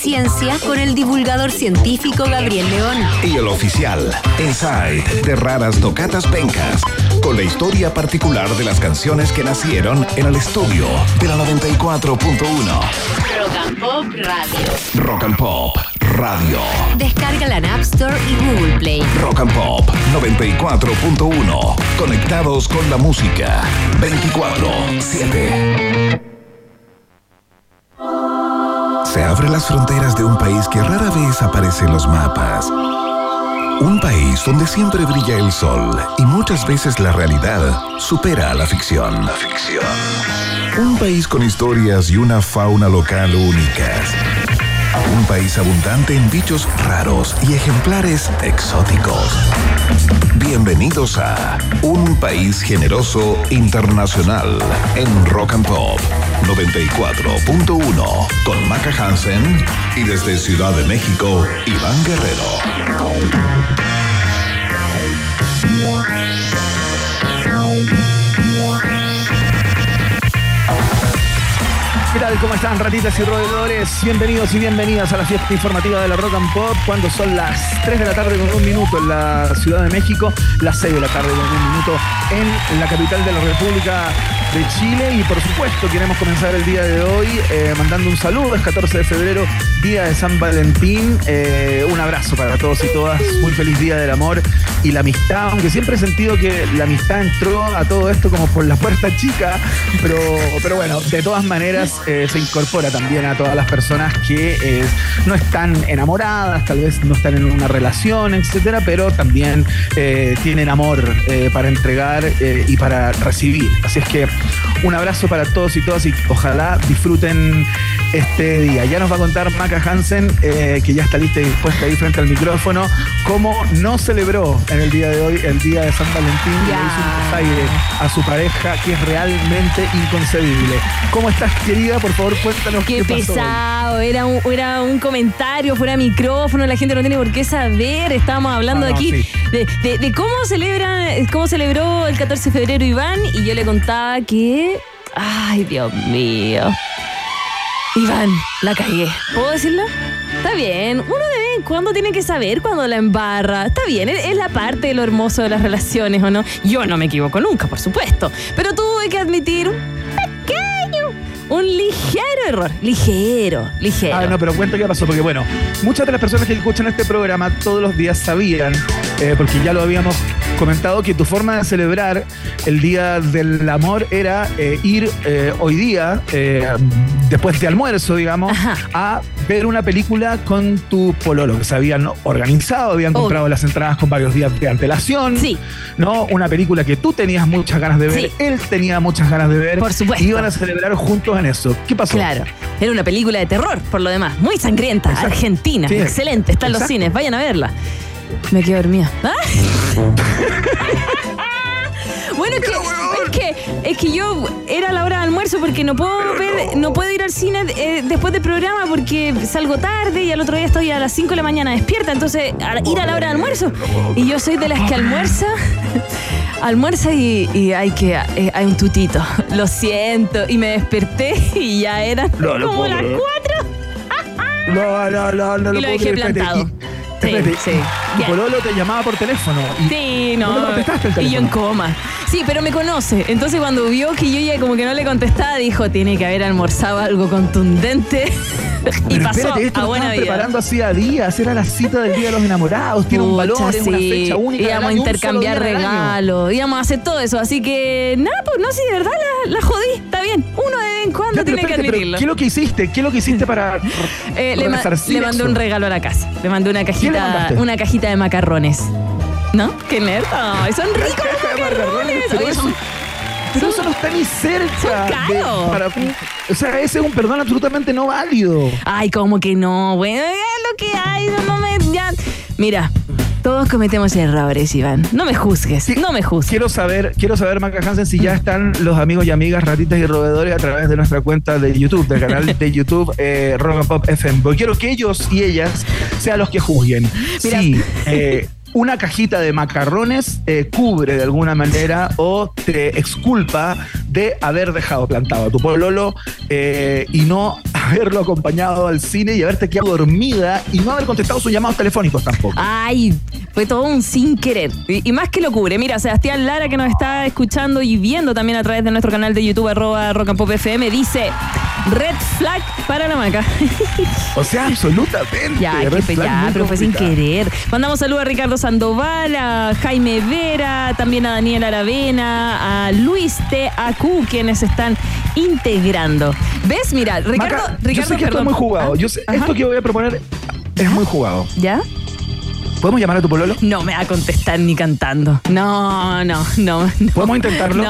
ciencia con el divulgador científico Gabriel León. Y el oficial, Inside, de Raras Tocatas Pencas, con la historia particular de las canciones que nacieron en el estudio de la 94.1. Rock and Pop Radio. Rock and Pop Radio. Descárgala en App Store y Google Play. Rock and Pop 94.1. Conectados con la música 24/7. Se abren las fronteras de un país que rara vez aparece en los mapas. Un país donde siempre brilla el sol y muchas veces la realidad supera a la ficción. Un país con historias y una fauna local únicas. Un país abundante en bichos raros y ejemplares exóticos. Bienvenidos a Un País Generoso Internacional en Rock and Pop 94.1 con Maca Hansen y desde Ciudad de México, Iván Guerrero. ¿Qué tal? ¿Cómo están, ratitas y roedores? Bienvenidos y bienvenidas a la fiesta informativa de la Rock and Pop, cuando son las 3 de la tarde con 1 minuto en la Ciudad de México, las 6 de la tarde con 1 minuto en la capital de la República de Chile. Y por supuesto queremos comenzar el día de hoy mandando un saludo. Es 14 de febrero, día de San Valentín. Un abrazo para todos y todas. Muy feliz día del amor y la amistad, aunque siempre he sentido que la amistad entró a todo esto como por la puerta chica, pero bueno, de todas maneras se incorpora también a todas las personas que no están enamoradas, tal vez no están en una relación, etcétera, pero también tienen amor para entregar y para recibir. Así es que un abrazo para todos y todas y ojalá disfruten este día. Ya nos va a contar Maca Hansen, que ya está lista y dispuesta ahí frente al micrófono, cómo no celebró en el día de hoy el día de San Valentín y le hizo un desaire a su pareja que es realmente inconcebible. ¿Cómo estás, querida? Por favor, cuéntanos qué pasó. Qué pesado, era un comentario fuera de micrófono, la gente no tiene por qué saber. Estábamos hablando aquí sí. de cómo celebró el 14 de febrero Iván, y yo le contaba que... Ay, Dios mío. Iván, la cagué. ¿Puedo decirlo? Está bien, uno de vez en cuando tiene que saber cuando la embarra. Está bien, es la parte de lo hermoso de las relaciones, ¿o no? Yo no me equivoco nunca, por supuesto, pero tuve que admitir un ligero error. Ligero. Ah, no, pero cuenta qué pasó, porque bueno, muchas de las personas que escuchan este programa todos los días sabían, porque ya lo habíamos comentado, que tu forma de celebrar el Día del Amor era ir hoy día, después de almuerzo, digamos, a ver una película con tu pololo, que se habían organizado, habían comprado las entradas con varios días de antelación. Sí. ¿No? Una película que tú tenías muchas ganas de ver, sí. Él tenía muchas ganas de ver. Por supuesto. Y iban a celebrar juntos en eso. ¿Qué pasó? Claro, era una película de terror, por lo demás, muy sangrienta. Exacto. Argentina, sí. Excelente, está en los cines, vayan a verla. Me quedé dormida. Bueno, es que yo era la hora de almuerzo porque no puedo ir al cine después del programa porque salgo tarde y al otro día estoy a las 5 de la mañana despierta, entonces ir a la hora de almuerzo. Y yo soy de las que almuerza y hay un tutito. Lo siento. Y me desperté y ya eran como las 4. No. Y lo dejé plantado. Sí. Tu pololo te llamaba por teléfono. Sí, no. ¿No le contestaste el teléfono? Y yo en coma. Sí, pero me conoce. Entonces cuando vio que yo ya como que no le contestaba, dijo, tiene que haber almorzado algo contundente. Y pasó espérate, esto a buena vida. Preparando así a días. Era la cita del Día de los Enamorados. Tiene un valor, es una fecha única. Íbamos a intercambiar regalos. Íbamos a hacer todo eso. Así que, nada, pues no, si de verdad la jodí. Está bien. Uno de vez en cuando tiene que admitirlo. ¿Qué es lo que hiciste? ¿Qué es lo que hiciste para le mandé un regalo a la casa. Le mandé una cajita de macarrones. ¿No? ¡Qué nerd! ¡Ay, son ricos los macarrones! Pero eso no está ni cerca. Son caros. O sea, ese es un perdón absolutamente no válido. Ay, ¿cómo que no? Bueno, es lo que hay. Ya. Mira, todos cometemos errores, Iván. No me juzgues, sí, no me juzgues. Quiero saber, Maca Hansen, si ya están los amigos y amigas ratitas y roedores a través de nuestra cuenta de YouTube, del canal de YouTube Rock and Pop FM. Porque quiero que ellos y ellas sean los que juzguen. Mira. Sí, una cajita de macarrones cubre de alguna manera o te exculpa de haber dejado plantado a tu pololo y no haberlo acompañado al cine y haberte quedado dormida y no haber contestado sus llamados telefónicos tampoco. Ay, fue todo un sin querer. Y más que lo cubre. Mira, Sebastián Lara, que nos está escuchando y viendo también a través de nuestro canal de YouTube, @RockandPopFM, dice: red flag para la Maca. O sea, absolutamente. Ya, pero fue sin querer. Mandamos saludos a Ricardo Sandoval, a Jaime Vera, también a Daniel Aravena, a Luis TAQ, quienes están integrando. ¿Ves? Mira, Ricardo, Maca, yo sé que esto es muy jugado. Esto que voy a proponer es muy jugado. ¿Ya? ¿Podemos llamar a tu pololo? No me va a contestar ni cantando. No. ¿Podemos intentarlo?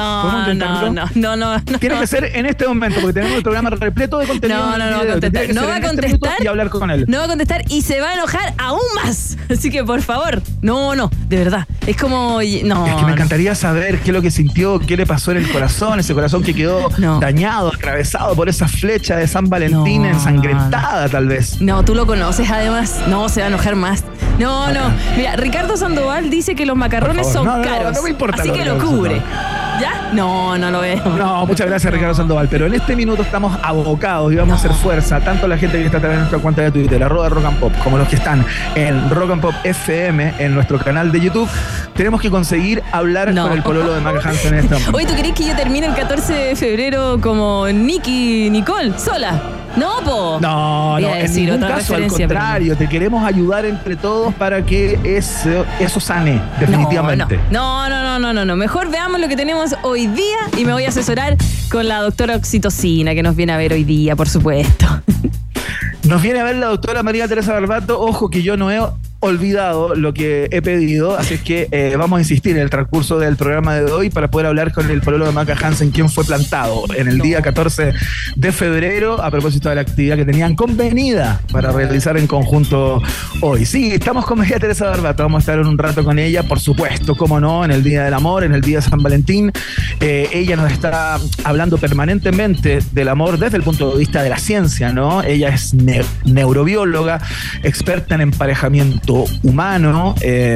No. Tiene que ser en este momento, porque tenemos el programa repleto de contenido. No va a contestar. No va a contestar. Y hablar con él. No va a contestar y se va a enojar aún más. Así que, por favor, no, de verdad. Es como... No. Es que me encantaría saber qué es lo que sintió, qué le pasó en el corazón, ese corazón que quedó dañado, atravesado por esa flecha de San Valentín ensangrentada, tal vez. No, tú lo conoces además. No, se va a enojar más. No. Mira, Ricardo Sandoval dice que los macarrones son caros. No me importa. Así que lo cubre. ¿Ya? No lo veo. No, muchas gracias, Ricardo Sandoval. Pero en este minuto estamos abocados y vamos a hacer fuerza. Tanto la gente que está a través de nuestra cuenta de Twitter, @RockandPop, como los que están en Rock and Pop FM, en nuestro canal de YouTube. Tenemos que conseguir hablar con el pololo de Maca Hansen en este momento. Oye, ¿tú crees que yo termine el 14 de febrero como Nicole, sola? No, po. No, en ningún caso, al contrario, te queremos ayudar entre todos para que eso sane, definitivamente. No. Mejor veamos lo que tenemos hoy día y me voy a asesorar con la doctora Oxitocina, que nos viene a ver hoy día, por supuesto. Nos viene a ver la doctora María Teresa Barbato. Ojo que yo no he olvidado lo que he pedido, así es que vamos a insistir en el transcurso del programa de hoy para poder hablar con el pololo de Maca Hansen, quien fue plantado en el día 14 de febrero a propósito de la actividad que tenían convenida para realizar en conjunto hoy. Sí, estamos con María Teresa Barbato, vamos a estar en un rato con ella, por supuesto, cómo no, en el Día del Amor, en el Día de San Valentín. Ella nos está hablando permanentemente del amor desde el punto de vista de la ciencia, ¿no? Ella es neurobióloga, experta en emparejamiento humano,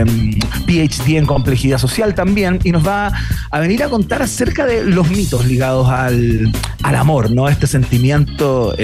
PhD en complejidad social también, y nos va a venir a contar acerca de los mitos ligados al amor, ¿no? Este sentimiento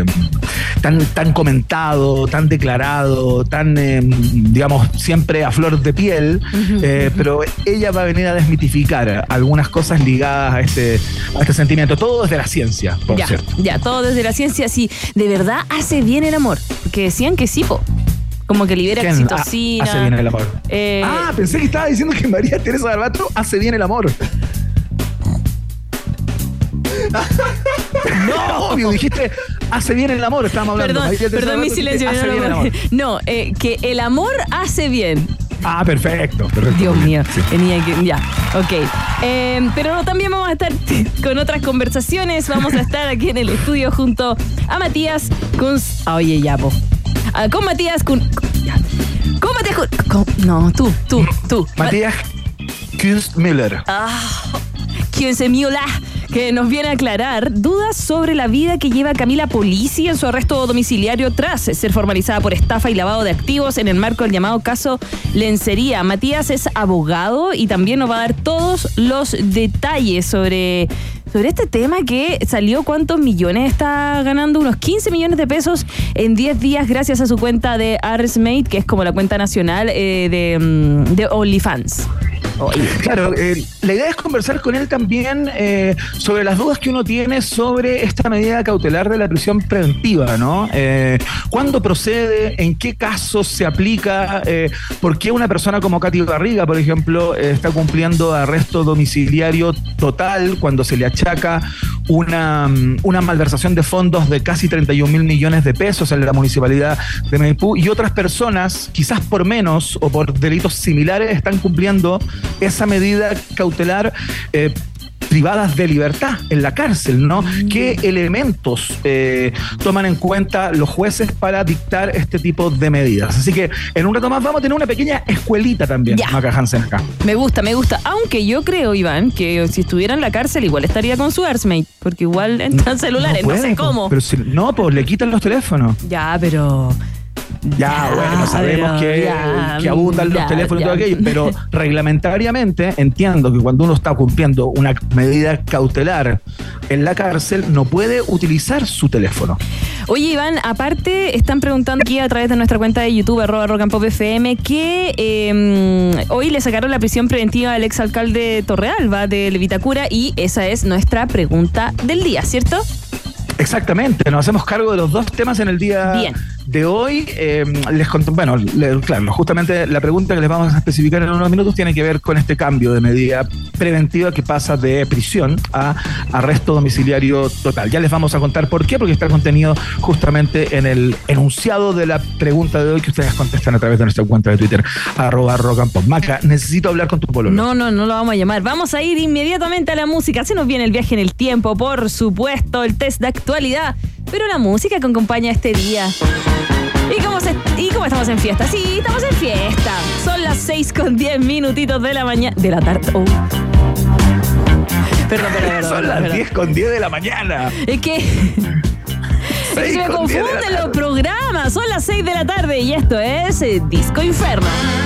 tan comentado, tan declarado, tan, digamos, siempre a flor de piel, pero ella va a venir a desmitificar algunas cosas ligadas a este sentimiento, todo desde la ciencia, por cierto. Ya, todo desde la ciencia, sí, de verdad hace bien el amor, porque decían que sí, po. Como que libera oxitocina. Hace bien el amor. Pensé que estaba diciendo que María Teresa Barbato hace bien el amor. No, obvio, dijiste hace bien el amor, estábamos hablando. Perdón mi silencio. No, que el amor hace bien. Perfecto. Dios mío, sí. Tenía que... Ya, ok. Pero también vamos a estar con otras conversaciones. Vamos a estar aquí en el estudio junto a Matías Kunz. Oye, ya, po. Con Matías Kunz. No, tú. Matías Kunstmüller. Kunstmüller, que nos viene a aclarar dudas sobre la vida que lleva Camila Polisi en su arresto domiciliario tras ser formalizada por estafa y lavado de activos en el marco del llamado caso Lencería. Matías es abogado y también nos va a dar todos los detalles sobre este tema que salió. ¿Cuántos millones está ganando? Unos 15 millones de pesos en 10 días gracias a su cuenta de Arsmate, que es como la cuenta nacional de OnlyFans. Claro, la idea es conversar con él también sobre las dudas que uno tiene sobre esta medida cautelar de la prisión preventiva, ¿no? ¿Cuándo procede? ¿En qué casos se aplica? ¿Por qué una persona como Katy Barriga, por ejemplo, está cumpliendo arresto domiciliario total cuando se le achaca una malversación de fondos de casi 31.000 millones de pesos en la municipalidad de Maipú, y otras personas, quizás por menos o por delitos similares, están cumpliendo esa medida cautelar privadas de libertad en la cárcel, ¿no? ¿Qué elementos toman en cuenta los jueces para dictar este tipo de medidas? Así que en un rato más vamos a tener una pequeña escuelita también, Maca Hansen, acá. Me gusta. Aunque yo creo, Iván, que si estuviera en la cárcel igual estaría con su Arsmate, porque igual entran celulares, no sé cómo. Pero le quitan los teléfonos. Ya, pero Ya, bueno, sabemos que abundan los teléfonos y todo aquello, pero reglamentariamente entiendo que cuando uno está cumpliendo una medida cautelar en la cárcel, no puede utilizar su teléfono. Oye, Iván, aparte están preguntando aquí a través de nuestra cuenta de YouTube, @rockandpopfm, que hoy le sacaron la prisión preventiva al exalcalde Torrealba de Vitacura y esa es nuestra pregunta del día, ¿cierto? Exactamente, nos hacemos cargo de los dos temas en el día de hoy. Les conto, bueno, claro, justamente la pregunta que les vamos a especificar en unos minutos tiene que ver con este cambio de medida preventiva que pasa de prisión a arresto domiciliario total. Ya les vamos a contar por qué, porque está contenido justamente en el enunciado de la pregunta de hoy que ustedes contestan a través de nuestra cuenta de Twitter, @rockandpop. Maca, necesito hablar con tu pololo. No lo vamos a llamar. Vamos a ir inmediatamente a la música. Se nos viene el viaje en el tiempo, por supuesto, el test de actualidad, pero la música que acompaña este día. ¿Y cómo estamos en fiesta? Sí, estamos en fiesta. Son las 6:10 de la mañana. De la tarde. Oh. Perdón. Son las 10:10 de la mañana. Es que se me confunden los programas. Son las 6 de la tarde y esto es Disco Inferno.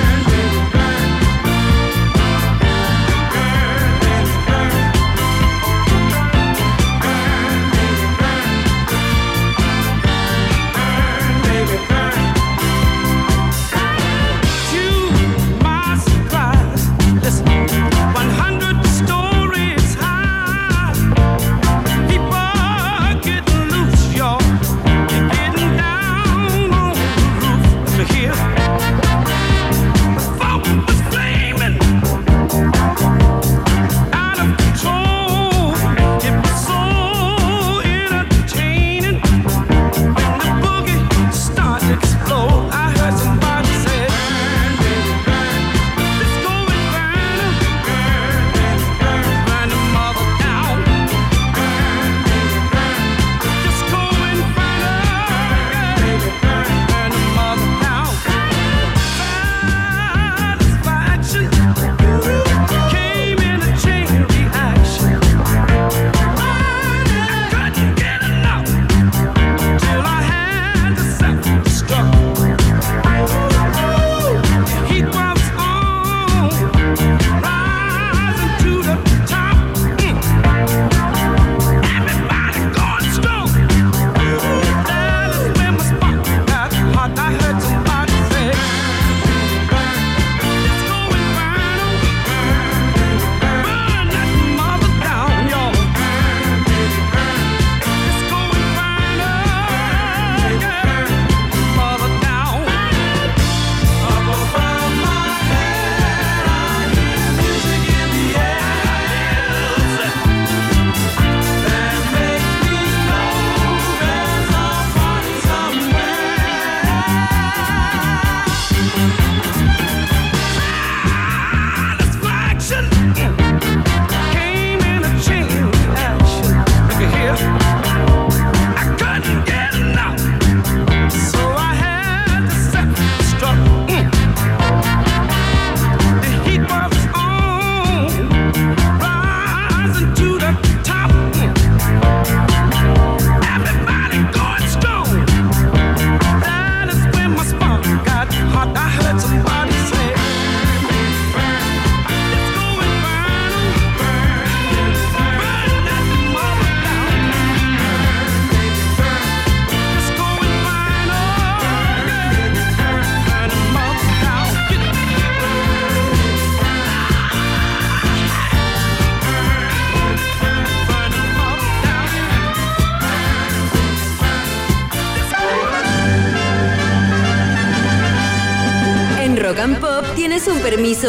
Rock and Pop tienes un permiso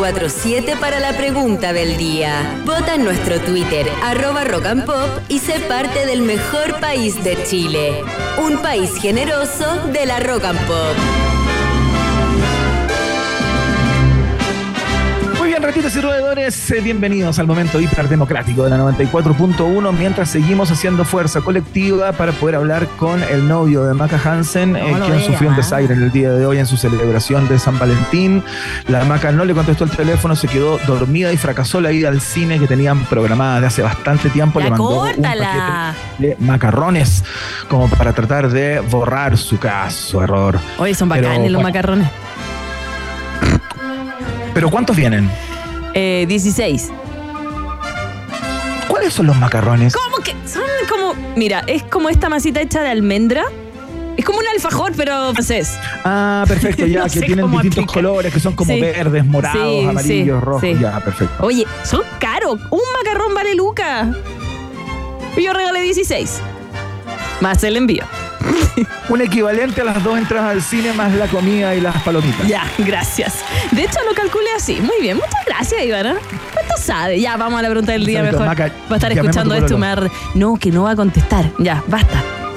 24/7 para la pregunta del día. Vota en nuestro Twitter, @rockandpop y sé parte del mejor país de Chile. Un país generoso de la Rock and Pop. Bien, ratitas y roedores, bienvenidos al momento hiperdemocrático de la 94.1, mientras seguimos haciendo fuerza colectiva para poder hablar con el novio de Maca Hansen, quien sufrió un desaire en el día de hoy en su celebración de San Valentín. La Maca no le contestó el teléfono, se quedó dormida y fracasó la ida al cine que tenían programada de hace bastante tiempo. Le mandó un paquete de macarrones como para tratar de borrar su error. Oye, son bacanes los macarrones. ¿Pero cuántos vienen? 16. ¿Cuáles son los macarrones? ¿Cómo que? Son como... Mira, es como esta masita hecha de almendra. Es como un alfajor, pero francés. Ah, perfecto, ya, no que tienen distintos colores, que son como verdes, morados, amarillos, rojos. Sí. Ya, perfecto. Oye, son caros. Un macarrón vale lucas. Y yo regalé 16. Más el envío. Un equivalente a las 2 entradas al cine más la comida y las palomitas. Ya, gracias. De hecho, lo calculé así. Muy bien, muchas gracias, Ivana. ¿Cuánto sabe? Ya, vamos a la pregunta del día mejor. Maca, va a estar escuchando esto y me va a... No, que no va a contestar. Ya, basta.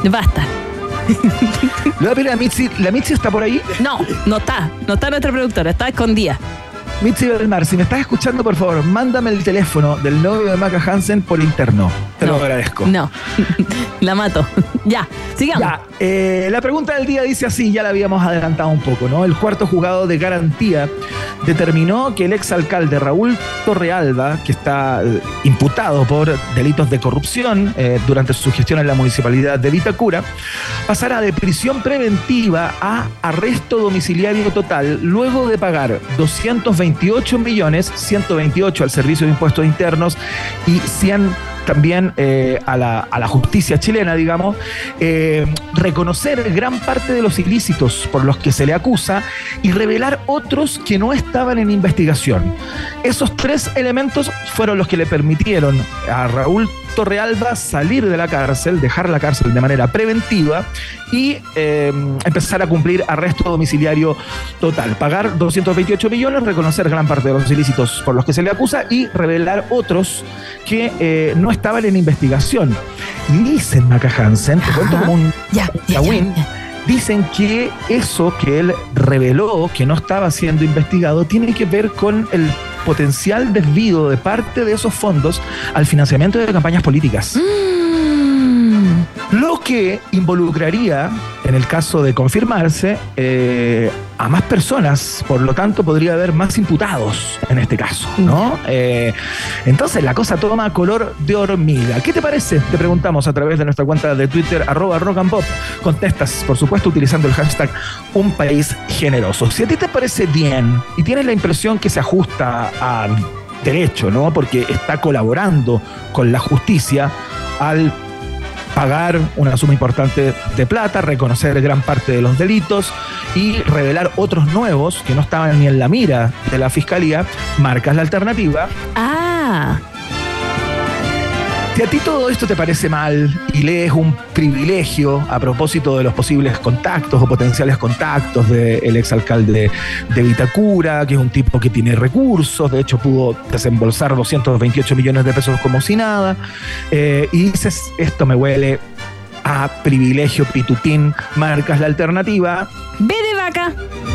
Le voy a pedir a Mitzi. ¿La Mitzi está por ahí? No está. No está nuestra productora, está escondida. Mitzi Belmar, si me estás escuchando, por favor, mándame el teléfono del novio de Maca Hansen por interno. Te lo agradezco. No, la mato. Ya, sigamos. Ya, la pregunta del día dice así, ya la habíamos adelantado un poco, ¿no? El cuarto juzgado de garantía determinó que el exalcalde Raúl Torrealba, que está imputado por delitos de corrupción durante su gestión en la municipalidad de Vitacura, pasará de prisión preventiva a arresto domiciliario total luego de pagar 228 millones, 128 al Servicio de Impuestos Internos y 100 también a la justicia chilena, digamos, reconocer gran parte de los ilícitos por los que se le acusa y revelar otros que no estaban en investigación. Esos 3 elementos fueron los que le permitieron a Raúl Torrealba salir de la cárcel, dejar la cárcel de manera preventiva y empezar a cumplir arresto domiciliario total. Pagar 228 millones, reconocer gran parte de los ilícitos por los que se le acusa y revelar otros que no estaban en investigación. Y dicen, Maca Hansen, te cuento como un cagüín, dicen que eso que él reveló, que no estaba siendo investigado, tiene que ver con el potencial desvío de parte de esos fondos al financiamiento de campañas políticas. Lo que involucraría, en el caso de confirmarse, a más personas. Por lo tanto, podría haber más imputados en este caso, ¿no? Entonces, la cosa toma color de hormiga. ¿Qué te parece? Te preguntamos a través de nuestra cuenta de Twitter, @rockandpop. Contestas, por supuesto, utilizando el hashtag Un País Generoso. Si a ti te parece bien y tienes la impresión que se ajusta a derecho, ¿no? Porque está colaborando con la justicia al pagar una suma importante de plata, reconocer gran parte de los delitos y revelar otros nuevos que no estaban ni en la mira de la fiscalía, marcas la alternativa. Si a ti todo esto te parece mal y lees un privilegio a propósito de los posibles contactos o potenciales contactos del exalcalde de Vitacura, que es un tipo que tiene recursos, de hecho pudo desembolsar 228 millones de pesos como si nada, y dices, esto me huele a privilegio pitutín, marcas la alternativa. B de vaca.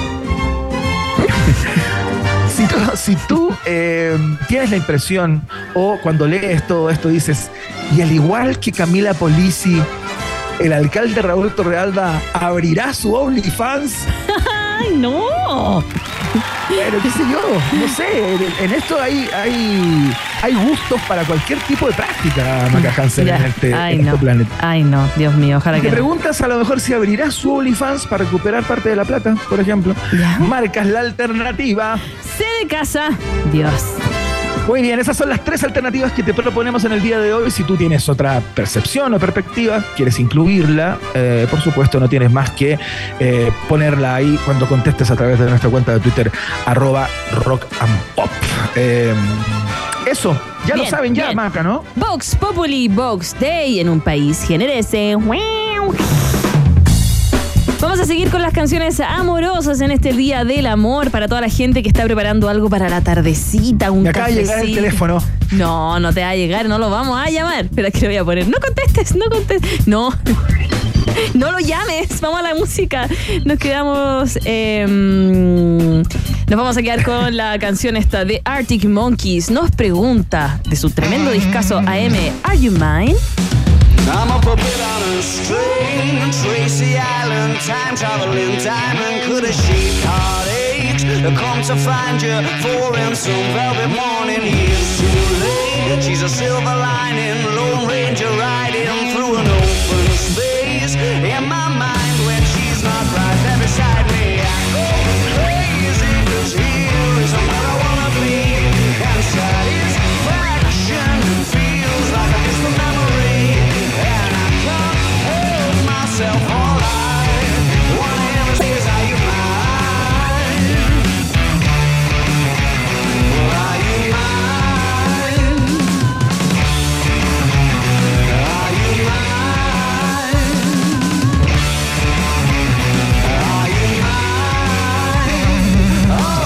Si tú tienes la impresión o cuando lees todo esto dices, y al igual que Camila Polisi, el alcalde Raúl Torrealba abrirá su OnlyFans. ¡Ay, no! Pero qué sé yo, no sé, en esto hay gustos para cualquier tipo de práctica, Maca Hansen, en este planeta. Ay, no, Dios mío, ojalá que te preguntas a lo mejor si abrirá su OnlyFans para recuperar parte de la plata, por ejemplo. ¿Ya? Marcas la alternativa. C de casa. Dios. Muy bien, esas son las 3 alternativas que te proponemos en el día de hoy. Si tú tienes otra percepción o perspectiva, quieres incluirla, por supuesto no tienes más que ponerla ahí cuando contestes a través de nuestra cuenta de Twitter, @rockandpop. Eso, ya bien, lo saben ya, Maca, ¿no? Vox Populi, Vox Day en un país generese. Vamos a seguir con las canciones amorosas en este Día del Amor para toda la gente que está preparando algo para la tardecita, un cafecito. Me acaba de llegar el teléfono. No, no te va a llegar, no lo vamos a llamar. Espera que le voy a poner. No contestes. No. No lo llames. Vamos a la música. Nos quedamos Nos vamos a quedar con la canción esta de Arctic Monkeys. Nos pregunta de su tremendo discazo AM, Are You Mine? I'm a puppet on a string, Tracy Island, time traveling diamond. Could a sheep heartaches come to find you for in some velvet morning? Years too late. She's a silver lining, Lone Ranger riding through an open space. In my mind when she's not right there beside me, I go crazy 'cause here is where I wanna be. And satisfaction feels like a distant memory. And I can't hold myself all night. One of them says, are you mine? Well, are you mine? Are you mine? Are you mine? Oh,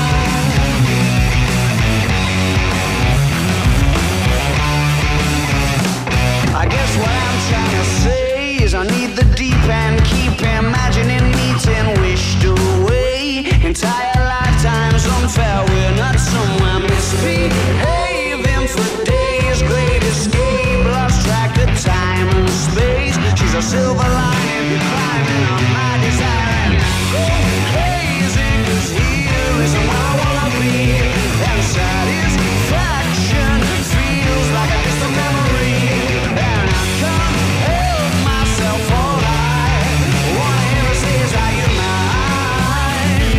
I guess what I'm trying to say is I need the deep and keep imagining meeting wished away. Entire lifetimes unfair, we're not somewhere misbehaving for days. Great escape, lost track of time and space. She's a silver lining, climbing on my desire. And I go crazy 'cause here is where I wanna be. And satisfaction feels like a distant memory. And I can't help myself all night. One of them says, are you mine?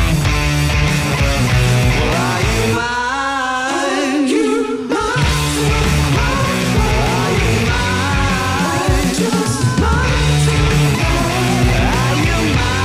Well, are you mine? Are you mine? Just mine. Are you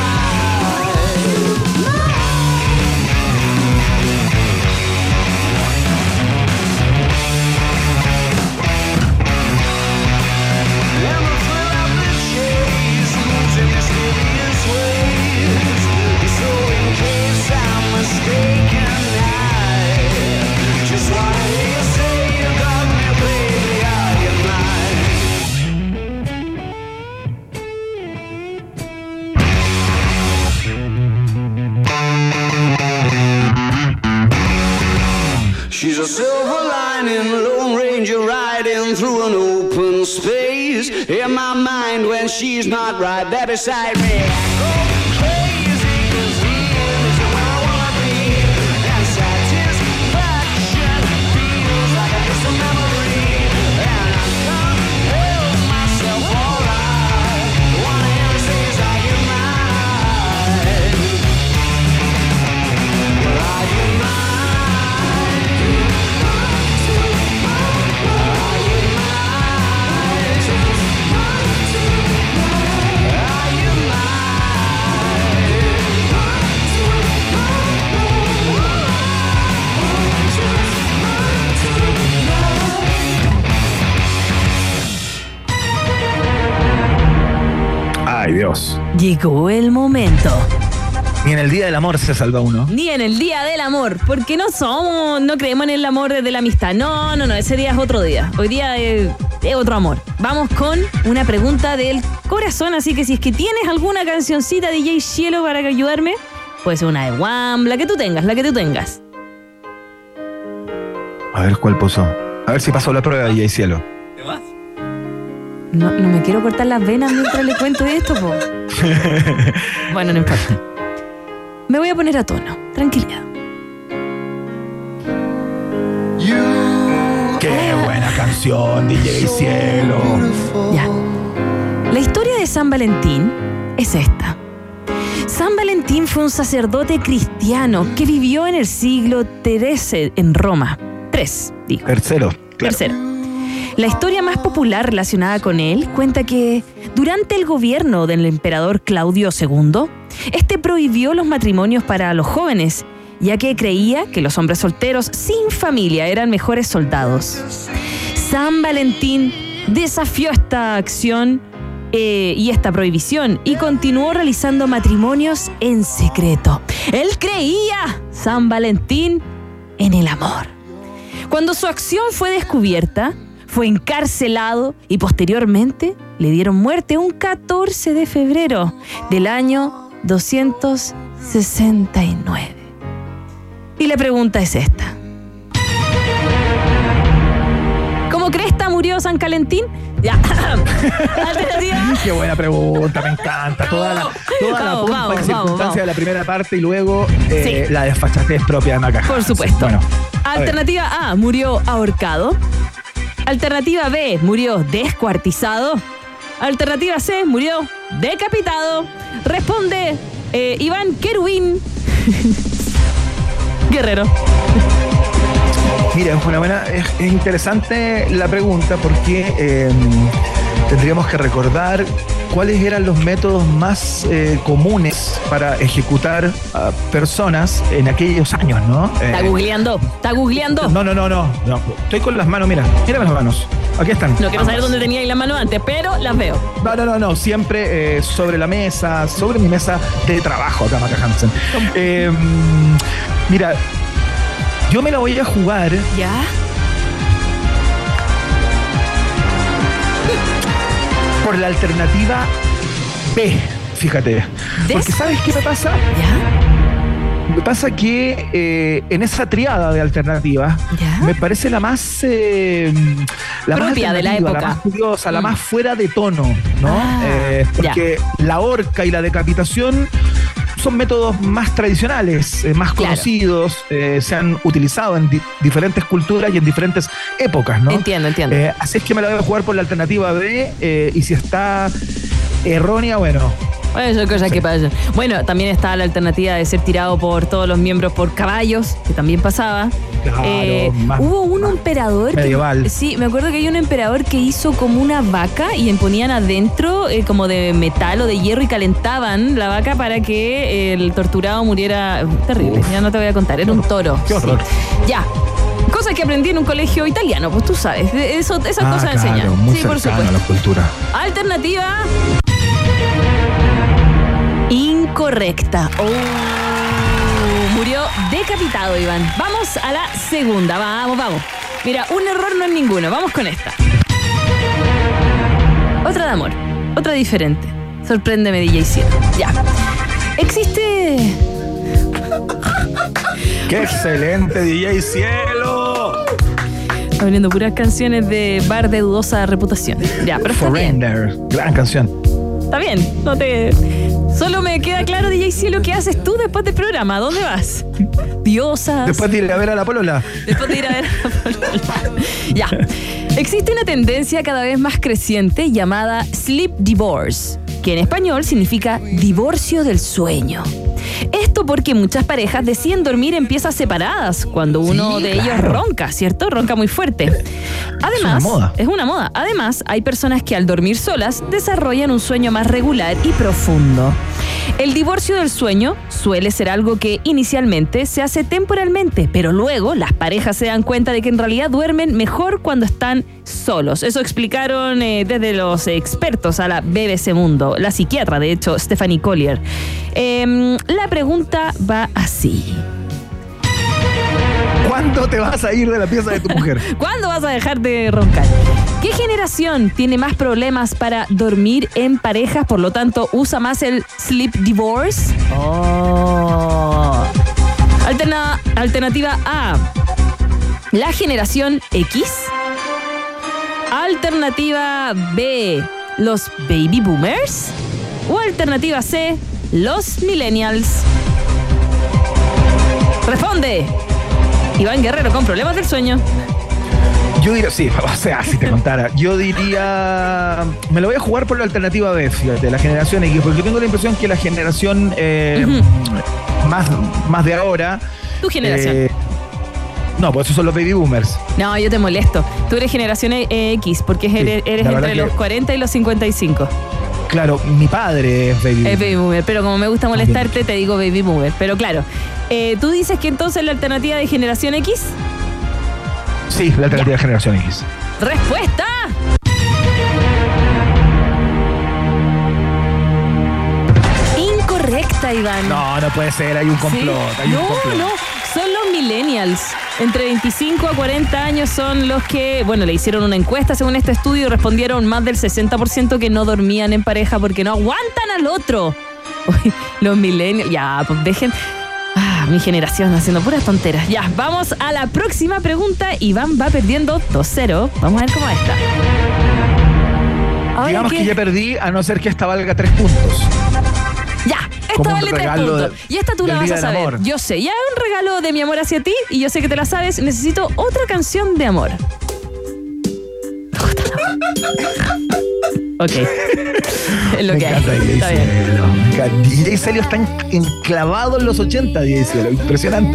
Never fill up the chase, moves in mysterious ways. So in case I'm mistaken, I just wanna hear you say you got me, baby, are you mine? She's a silver lining, Lone Ranger riding through an open space. In my mind when she's not right there beside me, I go crazy 'cause here is where I wanna be. And satisfaction feels like a distant memory. And I can't help myself all night. One of them says, are you mine? Well, are you mine? Ay, Dios. Llegó el momento. Ni en el Día del Amor se salva uno. Ni en el Día del Amor, porque no creemos en el amor desde la amistad. No, ese día es otro día. Hoy día es otro amor. Vamos con una pregunta del corazón, así que si es que tienes alguna cancioncita de DJ Cielo para ayudarme, puede ser una de Wham, la que tú tengas. A ver cuál puso. A ver si pasó la prueba, DJ Cielo. ¿Qué más? No me quiero cortar las venas mientras le cuento esto, po. Bueno, no importa. Me voy a poner a tono. Tranquilidad. Qué buena canción, DJ Cielo. Ya. La historia de San Valentín es esta. San Valentín fue un sacerdote cristiano que vivió en el siglo XIII en Roma. Tercero. La historia más popular relacionada con él cuenta que durante el gobierno del emperador Claudio II, este prohibió los matrimonios para los jóvenes, ya que creía que los hombres solteros sin familia eran mejores soldados. San Valentín desafió esta acción y esta prohibición y continuó realizando matrimonios en secreto. Él creía, San Valentín, en el amor. Cuando su acción fue descubierta, fue encarcelado y posteriormente le dieron muerte un 14 de febrero del año 269. Y la pregunta es esta. ¿Cómo cresta murió San Calentín? Ya. Alternativa. Qué buena pregunta, me encanta. Toda la pompa y circunstancia de la primera parte y luego la desfachatez propia de Maca. Por supuesto. Bueno, Alternativa A, murió ahorcado. Alternativa B, murió descuartizado. Alternativa C, murió decapitado. Responde Iván Querubín Guerrero. Mira, es interesante la pregunta porque tendríamos que recordar cuáles eran los métodos más comunes para ejecutar a personas en aquellos años, ¿no? Está googleando. No. Estoy con las manos, mírame las manos. Aquí están. No quiero saber dónde tenía ahí las manos antes, pero las veo. No. Siempre sobre la mesa, sobre mi mesa de trabajo acá, Maca Hansen. Mira, yo me la voy a jugar. ¿Ya? Por la alternativa B, fíjate. Porque ¿sabes qué me pasa? ¿Ya? Me pasa que en esa triada de alternativas me parece la más propia de la época, la más curiosa, la más fuera de tono, ¿no? Porque la horca y la decapitación son métodos más tradicionales, más conocidos, se han utilizado en diferentes culturas y en diferentes épocas, ¿no? Entiendo. Así es que me la voy a jugar por la alternativa B, y si está errónea, bueno. Son cosas que pasan. Bueno, también está la alternativa de ser tirado por todos los miembros por caballos, que también pasaba. Claro, hubo un emperador medieval. Sí, me acuerdo que hay un emperador que hizo como una vaca y ponían adentro como de metal o de hierro y calentaban la vaca para que el torturado muriera. Terrible, ya no te voy a contar, era un toro. Qué horror. Sí. Ya. Cosas que aprendí en un colegio italiano, pues tú sabes, esas cosas enseñan. Muy sí, por supuesto. A la cultura. Alternativa incorrecta. Murió decapitado, Iván. Vamos a la segunda. Vamos. Mira, un error no es ninguno. Vamos con esta. Otra de amor. Otra diferente. Sorpréndeme, DJ Cielo. Ya. Existe... ¡Qué excelente, DJ Cielo! Está poniendo puras canciones de bar de dudosa reputación. Ya, pero está bien. Surrender. Gran canción. Está bien. Solo me queda claro, DJ Cielo, ¿qué haces tú después del programa? ¿A dónde vas? Diosas. Después de ir a ver a la polola. Ya. Existe una tendencia cada vez más creciente llamada sleep divorce, que en español significa divorcio del sueño. Esto porque muchas parejas deciden dormir en piezas separadas cuando uno de ellos ronca, ¿cierto? Ronca muy fuerte. Además, es una moda. Además, hay personas que al dormir solas desarrollan un sueño más regular y profundo. El divorcio del sueño suele ser algo que inicialmente se hace temporalmente, pero luego las parejas se dan cuenta de que en realidad duermen mejor cuando están solos. Eso explicaron desde los expertos a la BBC Mundo, la psiquiatra, de hecho, Stephanie Collier. La pregunta va así. ¿Cuándo te vas a ir de la pieza de tu mujer? ¿Cuándo vas a dejar de roncar? ¿Qué generación tiene más problemas para dormir en parejas, por lo tanto usa más el sleep divorce? Alternativa A, la generación X. Alternativa B, los baby boomers. O alternativa C, los millennials. Responde Iván Guerrero con problemas del sueño. Yo diría, sí, o sea, si te contara, yo diría, me lo voy a jugar por la alternativa B, fíjate, la generación X, porque tengo la impresión que la generación más de ahora... Tu generación. No, pues esos son los baby boomers. No, yo te molesto. Tú eres generación X, porque eres entre los 40 y los 55. Claro, mi padre es baby boomer. Es baby boomer, pero como me gusta molestarte, te digo baby boomer. Pero claro, ¿tú dices que entonces la alternativa de generación X? Sí, la alternativa de generación X. ¡Respuesta! Incorrecta, Iván. No puede ser, hay un complot. Sí. No, son los millennials. Entre 25 a 40 años son los que, bueno, le hicieron una encuesta según este estudio y respondieron más del 60% que no dormían en pareja porque no aguantan al otro. Los millennials, ya, pues dejen... mi generación haciendo puras tonteras. Ya, vamos a la próxima pregunta. Iván va perdiendo 2-0. Vamos a ver cómo está. Ahora Digamos que ya perdí, a no ser que esta valga 3 puntos. Ya, esta Como un vale 3 regalo puntos. Y esta tú la del vas a Día del saber. Amor. Yo sé, ya es un regalo de mi amor hacia ti y yo sé que te la sabes. Necesito otra canción de amor. Ok. Es lo Me que hay. encanta DJ Está bien. Cielo. Me encanta. DJ Cielo está enclavado en los 80, DJ Cielo. Impresionante.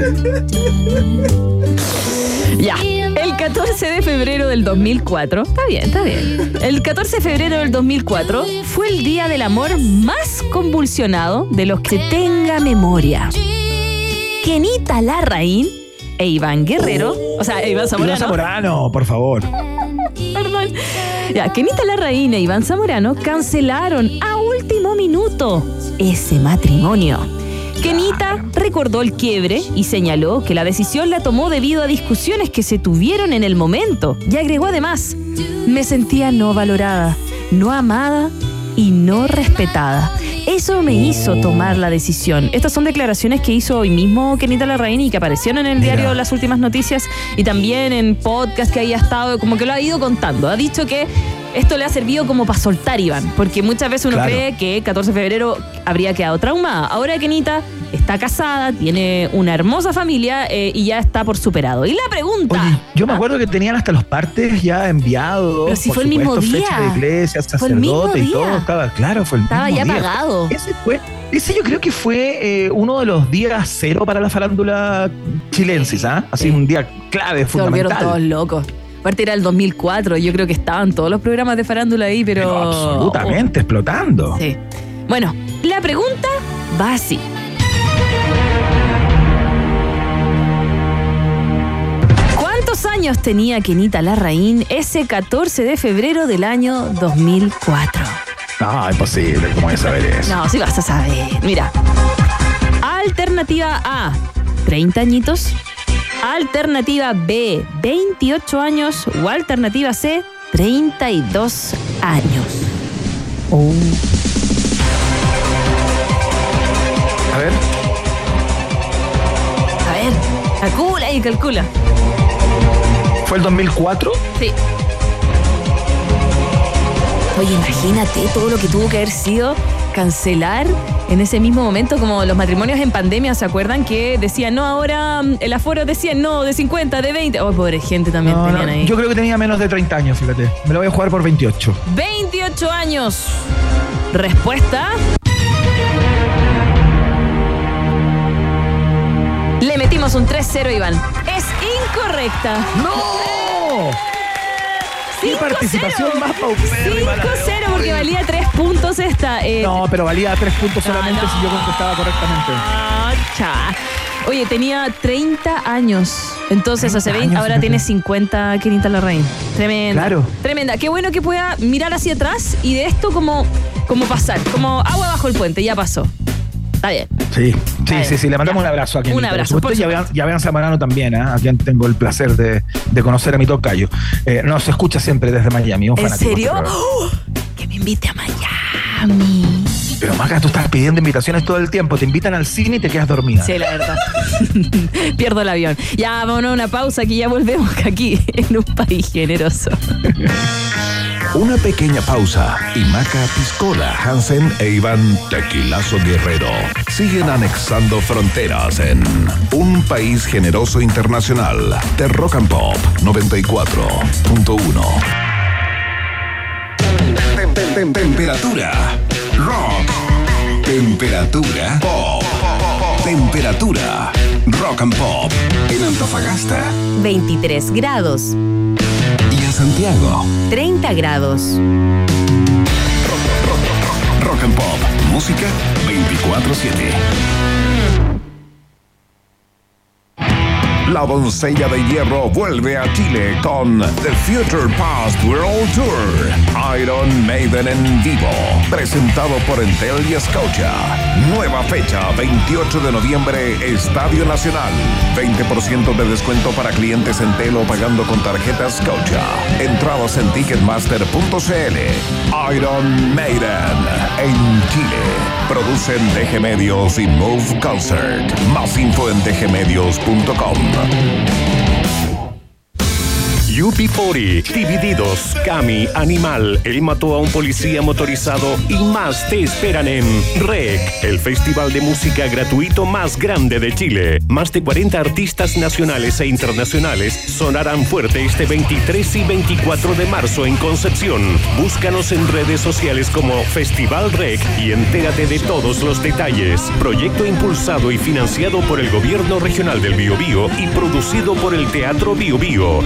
Ya. El 14 de febrero del 2004. Está bien, está bien. El 14 de febrero del 2004 fue el día del amor más convulsionado de los que se tenga memoria. Kenita Larraín e Iván Guerrero. O sea, Iván Zamorano. Iván Zamorano, por favor. Perdón. Ya, Kenita Larraín e Iván Zamorano cancelaron a último minuto ese matrimonio. Kenita recordó el quiebre y señaló que la decisión la tomó debido a discusiones que se tuvieron en el momento. Y agregó además, me sentía no valorada, no amada y no respetada. Eso me hizo tomar la decisión. Estas son declaraciones que hizo hoy mismo Kenita Larraín y que aparecieron en el diario Las Últimas Noticias y también en podcast que había estado, como que lo ha ido contando. Ha dicho que esto le ha servido como para soltar, Iván, porque muchas veces uno cree que el 14 de febrero habría quedado traumada. Ahora Kenita está casada, tiene una hermosa familia y ya está por superado. Y la pregunta... Oye, yo me acuerdo que tenían hasta los partes ya enviados. Pero si por fue el mismo supuesto, día. fecha de iglesia, Fue el mismo sacerdote y día. todo. Estaba claro, fue el Estaba mismo ya día. pagado. Ese yo creo que fue uno de los días cero para la farándula chilensis, ¿ah? Así un día clave, Se volvieron fundamental. todos locos. Aparte era el 2004, yo creo que estaban todos los programas de farándula ahí, pero... Absolutamente, explotando. Sí. Bueno, la pregunta va así. ¿Cuántos años tenía Kenita Larraín ese 14 de febrero del año 2004? No, imposible, ¿cómo voy a saber eso? No, sí vas a saber. Mira. Alternativa A, 30 añitos. Alternativa B, 28 años. O alternativa C, 32 años. Oh. A ver, A ver, calcula y calcula. ¿fue el 2004? Sí. Oye, imagínate todo lo que tuvo que haber sido cancelar en ese mismo momento, como los matrimonios en pandemia, ¿se acuerdan? Que decían, no, ahora el aforo decían, no, de 50, de 20. Oh, pobre gente también No, tenían no, ahí. yo creo que tenía menos de 30 años, fíjate. Me lo voy a jugar por 28. 28 años. Respuesta. Le metimos un 3-0, Iván. Es incorrecta. ¡No! ¡Qué 5-0. participación más paupérrima! 5-0 porque valía 3 puntos esta. No, pero valía 3 puntos solamente si yo contestaba correctamente. Cha. Oye, tenía 30 años. Entonces, 30 hace 20, años, ahora fíjate. tiene 50, Kenita Larraín. Tremenda. Claro. Tremenda. Qué bueno que pueda mirar hacia atrás y de esto como pasar. Como agua bajo el puente. Ya pasó. Está bien. Sí, Bien. le mandamos un abrazo a Kenita. Un abrazo, por Y a vean Zamorano también, ¿eh? A quien tengo el placer de conocer a mi tocayo. Nos escucha siempre desde Miami. Un ¿En fanático serio? de este programa. ¡Oh! Que me invite a Miami. Pero Maca, tú estás pidiendo invitaciones todo el tiempo. Te invitan al cine y te quedas dormida. Sí, la verdad. Pierdo el avión. Ya, vámonos a una pausa que ya volvemos aquí en un país generoso. Una pequeña pausa y Maca Piscola, Hansen e Iván Tequilazo Guerrero siguen anexando fronteras en un país generoso internacional de Rock and Pop 94.1. Temperatura rock. Temperatura pop. Temperatura rock and pop en Antofagasta 23 grados, y en Santiago. 30 grados. Rock and Pop, música 24/7. La doncella de hierro vuelve a Chile con The Future Past World Tour. Iron Maiden en vivo, presentado por Entel y Scotia. Nueva fecha, 28 de noviembre, Estadio Nacional. 20% de descuento para clientes Entel o pagando con tarjeta Scotia. Entradas en ticketmaster.cl. Iron Maiden en Chile. Producen DG Medios y Move Concert. Más info en dgmedios.com. UB40, Divididos, Cami, Animal, Él mató a un policía motorizado y más te esperan en REC, el festival de música gratuito más grande de Chile. Más de 40 artistas nacionales e internacionales sonarán fuerte este 23 y 24 de marzo en Concepción. Búscanos en redes sociales como Festival REC y entérate de todos los detalles. Proyecto impulsado y financiado por el Gobierno Regional del Biobío y producido por el Teatro Biobío.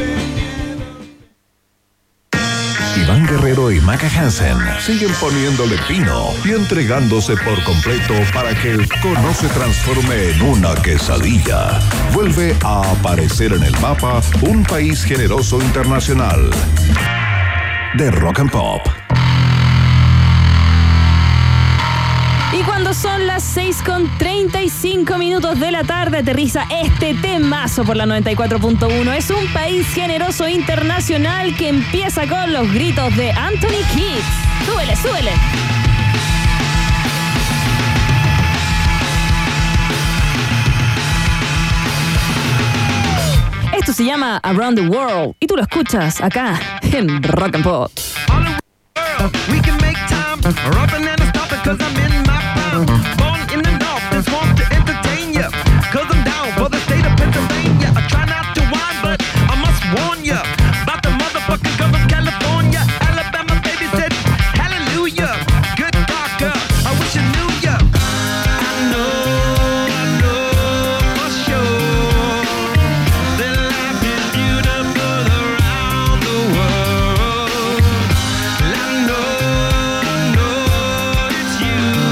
Iván Guerrero y Maca Hansen siguen poniéndole pino y entregándose por completo para que el cono se transforme en una quesadilla. Vuelve a aparecer en el mapa un país generoso internacional de Rock and Pop. Y cuando son las 6:35 de la tarde, aterriza este temazo por la 94.1. Es un país generoso internacional que empieza con los gritos de Anthony Kiedis. ¡Súbele, súbele! Esto se llama Around the World y tú lo escuchas acá en Rock and Pop. We can make time, rubbing and stopping, cause I'm in my prime. Born in the north, just want to entertain ya, cause I'm down for the state of Pennsylvania. I try not to whine, but I must warn ya about the motherfucking gov of California. Alabama baby said, hallelujah. Good God, girl, I wish I knew ya. I know for sure that life is beautiful around the world. I know it's you.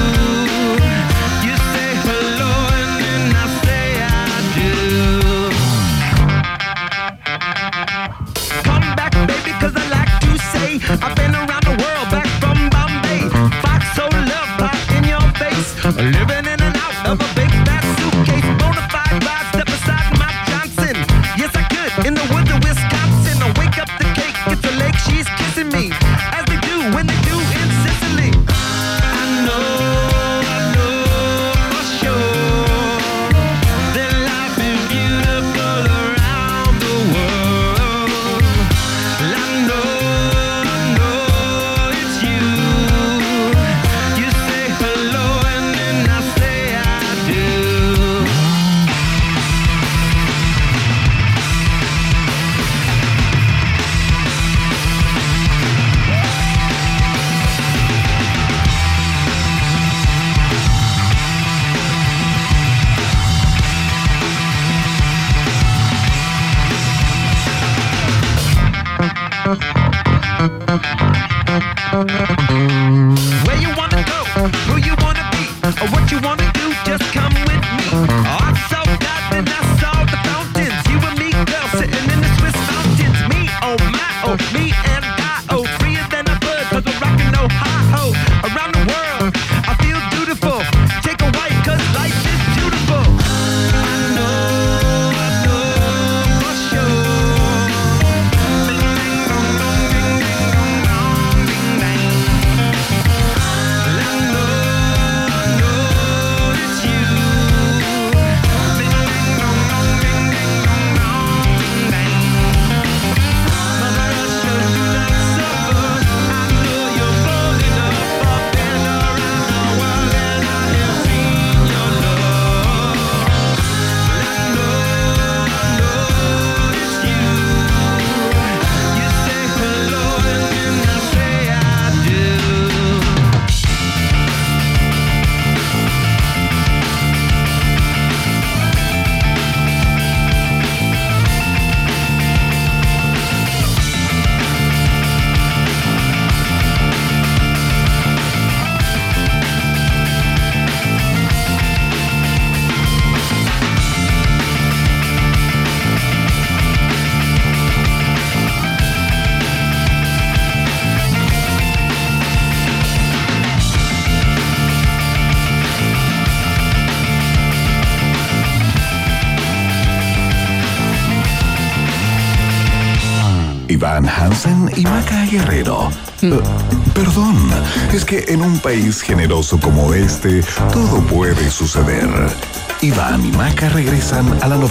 Iván Hansen y Maca Guerrero. Perdón, es que en un país generoso como este, todo puede suceder. Iván y Maca regresan a la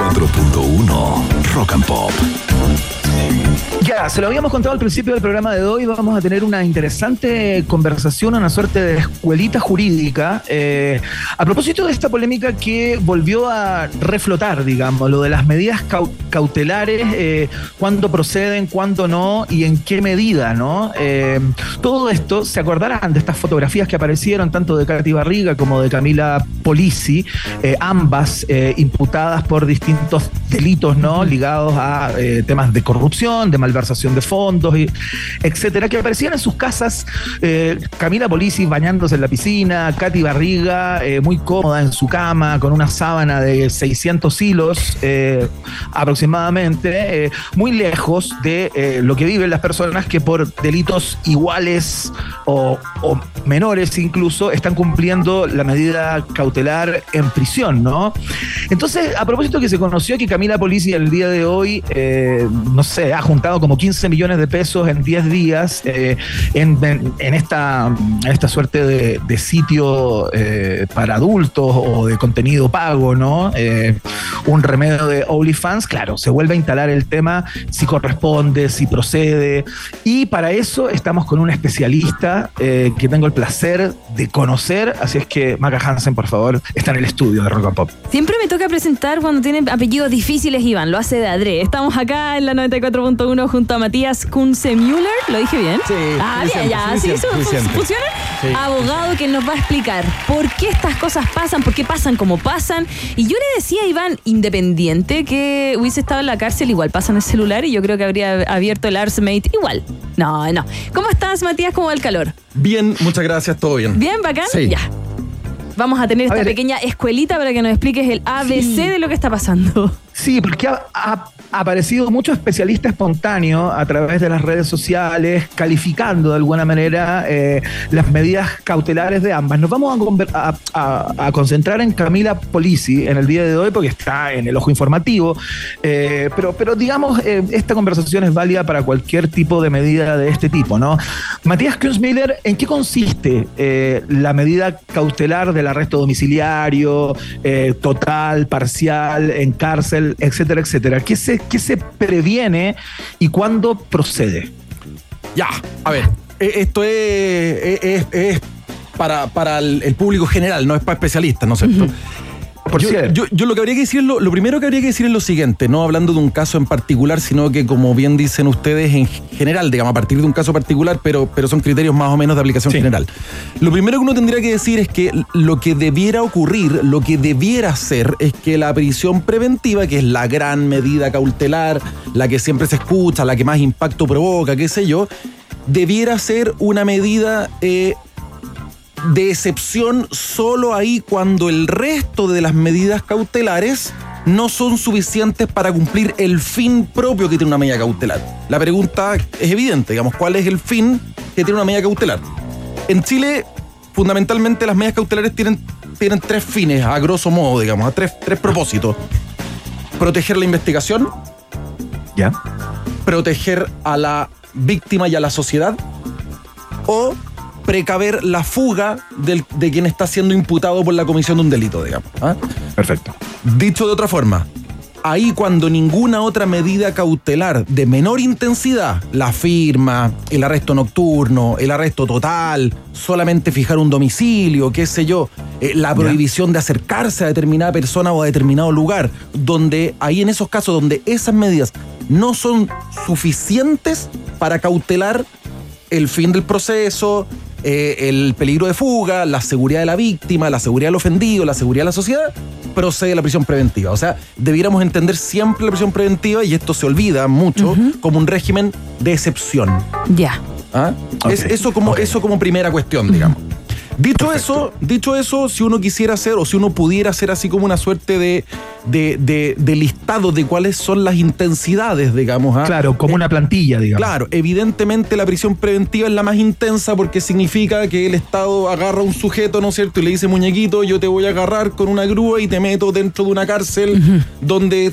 94.1 Rock and Pop. Ya, se lo habíamos contado al principio del programa de hoy. Vamos a tener una interesante conversación, una suerte de escuelita jurídica, a propósito de esta polémica que volvió a reflotar, digamos, lo de las medidas cautelares, cuándo proceden, cuándo no y en qué medida, ¿no? Todo esto, se acordarán de estas fotografías que aparecieron tanto de Katy Barriga como de Camila Polisi, ambas imputadas por distintos delitos, ¿no? Ligados a temas de corrupción, de malversación de fondos, etcétera, que aparecían en sus casas. Camila Polisi bañándose en la piscina, Katy Barriga muy cómoda en su cama con una sábana de 600 hilos aproximadamente, muy lejos de lo que viven las personas que por delitos iguales o menores incluso están cumpliendo la medida cautelar en prisión, ¿no? Entonces, a propósito que se conoció que Camila Polisi el día de hoy, no sé, ha juntado como 15 millones de pesos en 10 días en esta suerte de sitio para adultos o de contenido pago, ¿no? Un remedio de OnlyFans. Claro, se vuelve a instalar el tema si corresponde, si procede, y para eso estamos con un especialista que tengo el placer de conocer, así es que Maca Hansen, por favor, está en el estudio de Rock and Pop. Siempre me toca presentar cuando tienen apellidos difíciles, Iván, lo hace de adrede. Estamos acá en la 94.1 junto a Matías Kunze-Müller, ¿lo dije bien? Sí. Bien, ya, ¿sí eso funciona? Sí. Abogado que nos va a explicar por qué estas cosas pasan, por qué pasan como pasan. Y yo le decía a Iván, independiente, que hubiese estado en la cárcel, igual pasa en el celular y yo creo que habría abierto el ArsMate igual. No. ¿Cómo estás, Matías? ¿Cómo va el calor? Bien, muchas gracias, todo bien. ¿Bien, bacán? Sí. Ya. Vamos a tener esta pequeña escuelita para que nos expliques el ABC de lo que está pasando. Sí, porque ha aparecido mucho especialista espontáneo a través de las redes sociales, calificando de alguna manera las medidas cautelares de ambas. Nos vamos a concentrar en Camila Polisi en el día de hoy porque está en el ojo informativo, pero digamos, esta conversación es válida para cualquier tipo de medida de este tipo, ¿no? Matías Kunze-Müller, ¿en qué consiste la medida cautelar del arresto domiciliario, total, parcial, en cárcel, etcétera, etcétera? ¿Qué se previene y cuándo procede? Ya, a ver, esto es para el público general, no es para especialistas, ¿no es cierto? Yo lo que habría que decir, lo primero que habría que decir es lo siguiente, no hablando de un caso en particular, sino que, como bien dicen ustedes, en general, digamos, a partir de un caso particular, pero son criterios más o menos de aplicación general. Lo primero que uno tendría que decir es que lo que debiera ocurrir, lo que debiera ser, es que la prisión preventiva, que es la gran medida cautelar, la que siempre se escucha, la que más impacto provoca, qué sé yo, debiera ser una medida de excepción solo ahí cuando el resto de las medidas cautelares no son suficientes para cumplir el fin propio que tiene una medida cautelar. La pregunta es evidente, digamos, ¿cuál es el fin que tiene una medida cautelar? En Chile, fundamentalmente, las medidas cautelares tienen tres fines, a grosso modo, digamos, a tres propósitos. Proteger la investigación, ¿ya? Proteger a la víctima y a la sociedad, o precaver la fuga de quien está siendo imputado por la comisión de un delito, digamos. ¿Ah? Perfecto. Dicho de otra forma, ahí cuando ninguna otra medida cautelar de menor intensidad, la firma, el arresto nocturno, el arresto total, solamente fijar un domicilio, qué sé yo, la prohibición de acercarse a determinada persona o a determinado lugar, donde ahí en esos casos donde esas medidas no son suficientes para cautelar el fin del proceso, el peligro de fuga, la seguridad de la víctima, la seguridad del ofendido, la seguridad de la sociedad, procede la prisión preventiva. O sea, debiéramos entender siempre la prisión preventiva, y esto se olvida mucho, como un régimen de excepción. Ya. ¿Ah? Okay. Eso como primera cuestión, digamos. Dicho eso, si uno quisiera hacer, o si uno pudiera hacer así como una suerte de listado de cuáles son las intensidades, digamos. ¿Ah? Claro, como una plantilla, digamos. Claro, evidentemente la prisión preventiva es la más intensa porque significa que el Estado agarra a un sujeto, ¿no es cierto? Y le dice, muñequito, yo te voy a agarrar con una grúa y te meto dentro de una cárcel donde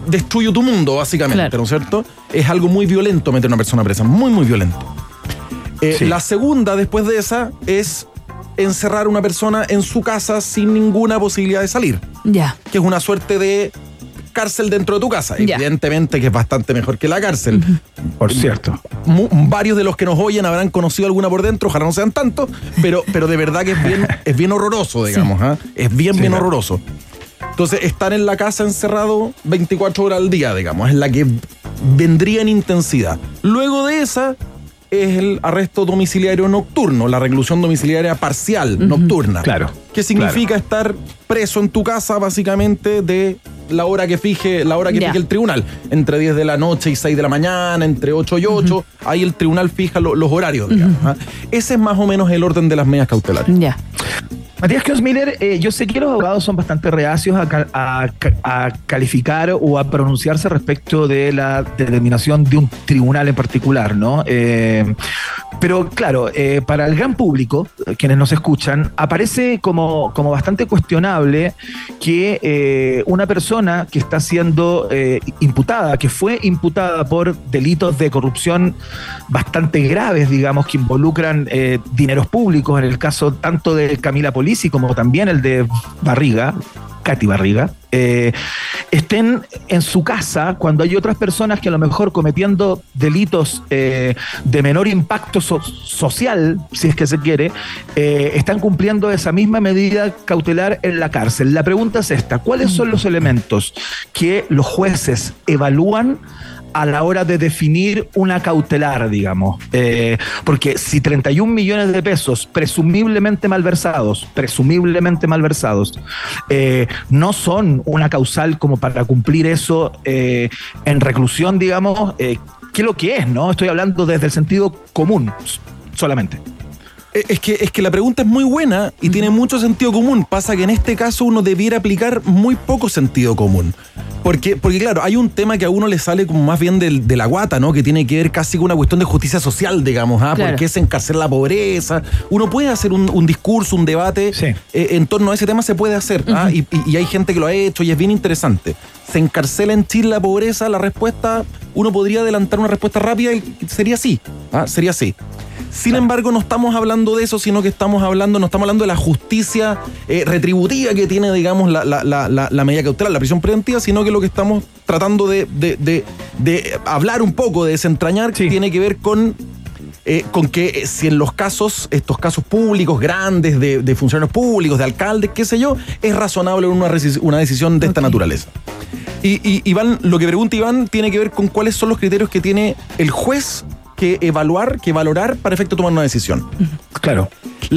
destruyo tu mundo, básicamente, Claro. ¿no es cierto? Es algo muy violento meter a una persona presa, muy, muy violento. Sí. La segunda, después de esa, es encerrar a una persona en su casa sin ninguna posibilidad de salir, Ya. que es una suerte de cárcel dentro de tu casa. Ya. Evidentemente que es bastante mejor que la cárcel. Por cierto. Varios de los que nos oyen habrán conocido alguna por dentro, ojalá no sean tantos, pero de verdad que es bien horroroso, digamos. ¿Ah? Es bien Sí, claro. horroroso. Entonces, estar en la casa encerrado 24 horas al día, digamos, es la que vendría en intensidad. Luego de esa es el arresto domiciliario nocturno, la reclusión domiciliaria parcial nocturna. Claro. Que significa estar preso en tu casa, básicamente, de la hora que fije Ya. el tribunal. Entre 10 de la noche y 6 de la mañana, entre 8 y 8, ahí el tribunal fija los horarios, digamos. ¿Ah? Ese es más o menos el orden de las medidas cautelares. Ya. Matías Kiosmiller, yo sé que los abogados son bastante reacios a calificar o a pronunciarse respecto de la determinación de un tribunal en particular, ¿no? Pero claro, para el gran público, quienes nos escuchan, aparece como bastante cuestionable que una persona que está siendo imputada, que fue imputada por delitos de corrupción bastante graves, digamos, que involucran dineros públicos, en el caso tanto de Camila Polisi como también el de Katy Barriga, estén en su casa cuando hay otras personas que a lo mejor cometiendo delitos de menor impacto social, si es que se quiere, están cumpliendo esa misma medida cautelar en la cárcel. La pregunta es esta: ¿cuáles son los elementos que los jueces evalúan a la hora de definir una cautelar, digamos? Porque si 31 millones de pesos presumiblemente malversados, no son una causal como para cumplir eso en reclusión, digamos, ¿qué es lo que es, no? Estoy hablando desde el sentido común solamente. Es que la pregunta es muy buena y tiene mucho sentido común. Pasa que en este caso uno debiera aplicar muy poco sentido común. Porque claro, hay un tema que a uno le sale como más bien de la guata, ¿no? Que tiene que ver casi con una cuestión de justicia social, digamos. ¿Ah? Claro. Porque es encarcelar la pobreza. Uno puede hacer un discurso, un debate Sí. en torno a ese tema, se puede hacer. ¿Ah? Y hay gente que lo ha hecho y es bien interesante. ¿Se encarcela en Chile la pobreza? La respuesta, uno podría adelantar una respuesta rápida y sería sí. ¿Ah? Sería sí. Sin embargo, no estamos hablando de eso, sino que no estamos hablando de la justicia retributiva que tiene, digamos, la medida cautelar, la prisión preventiva, sino que lo que estamos tratando de hablar un poco, de desentrañar, Sí. tiene que ver con que si en estos casos públicos grandes de funcionarios públicos, de alcaldes, qué sé yo, es razonable una decisión de esta naturaleza. Y Iván, lo que pregunta Iván tiene que ver con cuáles son los criterios que tiene el juez que valorar para efecto de tomar una decisión. Claro.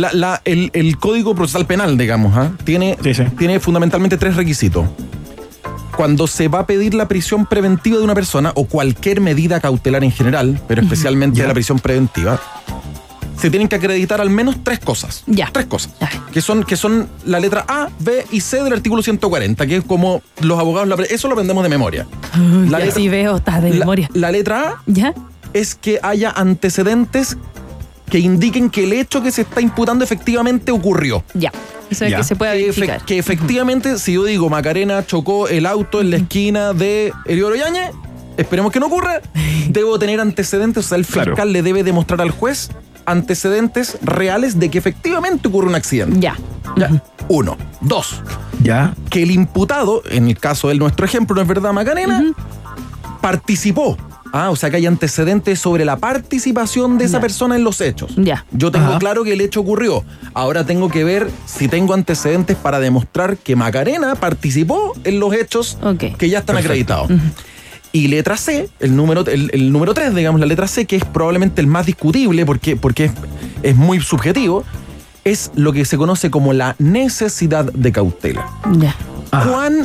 El Código Procesal Penal, digamos, ¿ah? tiene fundamentalmente 3 requisitos. Cuando se va a pedir la prisión preventiva de una persona o cualquier medida cautelar en general, pero especialmente Ya. la prisión preventiva, se tienen que acreditar al menos 3 cosas. Ya. 3 cosas. Ya. Que son la letra A, B y C del artículo 140, que es como los abogados, eso lo aprendemos de memoria. La Ya letra- sí veo, estás de memoria. La letra A ¿Ya? es que haya antecedentes que indiquen que el hecho que se está imputando efectivamente ocurrió. Ya. Eso es Ya. que se puede verificar. Que efectivamente, si yo digo Macarena chocó el auto en la esquina de Eliodoro Yáñez, esperemos que no ocurra, debo tener antecedentes, o sea, el fiscal Claro. le debe demostrar al juez antecedentes reales de que efectivamente ocurre un accidente. Ya. Ya. 1. 2. Ya. Que el imputado, en el caso de nuestro ejemplo, ¿no es verdad, Macarena? Participó. O sea que hay antecedentes sobre la participación de esa Ya. persona en los hechos. Ya. Yo tengo Ajá. claro que el hecho ocurrió. Ahora tengo que ver si tengo antecedentes para demostrar que Macarena participó en los hechos Ok. que ya están Perfecto. acreditados. Y letra C, el número 3, digamos, la letra C, que es probablemente el más discutible porque es muy subjetivo, es lo que se conoce como la necesidad de cautela. Ya. Ajá.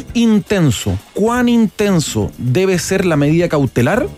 ¿Cuán intenso debe ser la medida cautelar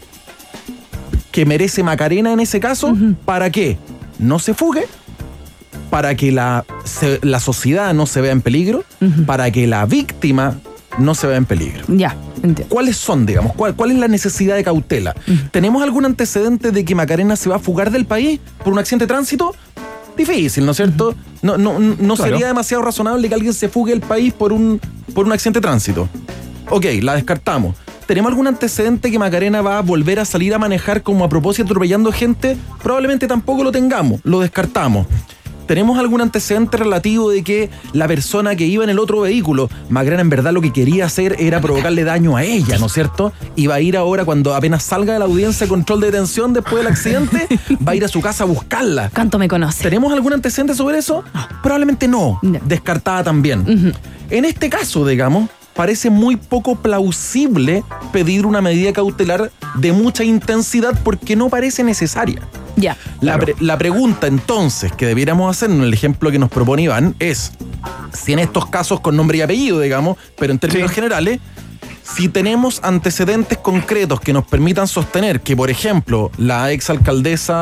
que merece Macarena en ese caso? ¿Para que no se fugue? ¿Para que la sociedad no se vea en peligro? ¿Para que la víctima no se vea en peligro? Ya. Entiendo. ¿Cuáles son, digamos? ¿Cuál es la necesidad de cautela? ¿Tenemos algún antecedente de que Macarena se va a fugar del país por un accidente de tránsito? Difícil, ¿no es cierto? No Claro. sería demasiado razonable que alguien se fugue del país por un accidente de tránsito. Ok, la descartamos. ¿Tenemos algún antecedente que Macarena va a volver a salir a manejar como a propósito atropellando gente? Probablemente tampoco lo tengamos, lo descartamos. ¿Tenemos algún antecedente relativo de que la persona que iba en el otro vehículo, Macarena en verdad lo que quería hacer era provocarle daño a ella, ¿no es cierto? Y va a ir ahora, cuando apenas salga de la audiencia de control de detención después del accidente, va a ir a su casa a buscarla. ¿Cuánto me conoce? ¿Tenemos algún antecedente sobre eso? Probablemente no. Descartada también. En este caso, digamos, parece muy poco plausible pedir una medida cautelar de mucha intensidad porque no parece necesaria. Ya. La pregunta entonces que debiéramos hacer en el ejemplo que nos propone Iván es si en estos casos con nombre y apellido, digamos, pero en términos generales, si tenemos antecedentes concretos que nos permitan sostener que, por ejemplo, la exalcaldesa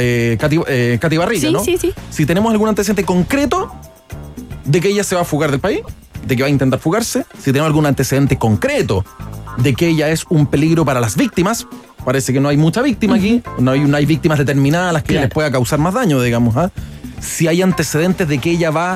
Katy Barriga, ¿no? Sí. Si tenemos algún antecedente concreto de que ella se va a fugar del país, de que va a intentar fugarse, si tenemos algún antecedente concreto de que ella es un peligro para las víctimas, parece que no hay mucha víctima aquí, no hay víctimas determinadas a las que les pueda causar más daño, digamos. Si hay antecedentes de que ella va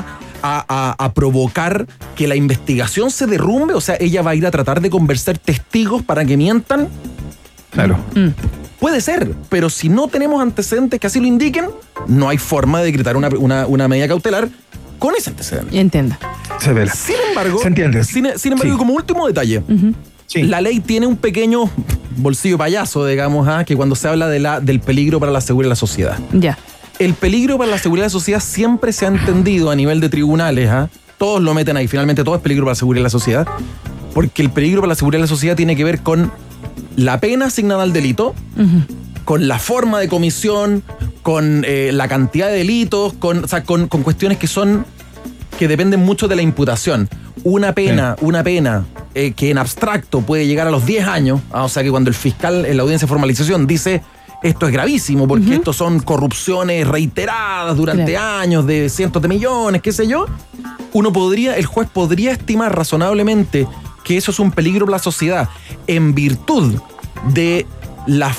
a provocar que la investigación se derrumbe, o sea, ella va a ir a tratar de convencer testigos para que mientan. Claro. Puede ser, pero si no tenemos antecedentes que así lo indiquen, no hay forma de decretar una medida cautelar con ese antecedente. Entiendo. Se vela. Sin embargo, se entiende. Sin embargo, como último detalle, la ley tiene un pequeño bolsillo payaso, digamos, que cuando se habla del peligro para la seguridad de la sociedad. Ya. El peligro para la seguridad de la sociedad siempre se ha entendido a nivel de tribunales, todos lo meten ahí, finalmente todo es peligro para la seguridad de la sociedad, porque el peligro para la seguridad de la sociedad tiene que ver con la pena asignada al delito, con la forma de comisión, con la cantidad de delitos, con cuestiones que dependen mucho de la imputación. Una pena que en abstracto puede llegar a los 10 años, o sea que cuando el fiscal en la audiencia de formalización dice esto es gravísimo porque estos son corrupciones reiteradas durante años de cientos de millones, qué sé yo, el juez podría estimar razonablemente que eso es un peligro para la sociedad en virtud de la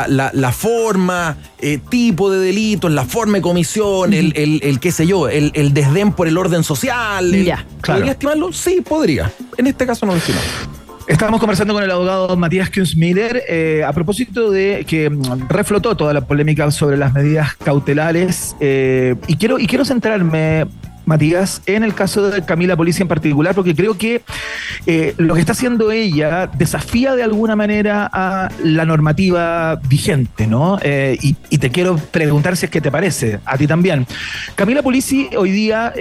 forma, tipo de delitos, la forma de comisión, el qué sé yo, el desdén por el orden social. ¿Podría estimarlo? Sí, podría. En este caso no lo estimamos. Estábamos conversando con el abogado Matías Kunzmiller a propósito de que reflotó toda la polémica sobre las medidas cautelares y quiero centrarme, Matías, en el caso de Camila Polisi en particular, porque creo que lo que está haciendo ella desafía de alguna manera a la normativa vigente, ¿no? Y te quiero preguntar si es que te parece, a ti también. Camila Polisi hoy día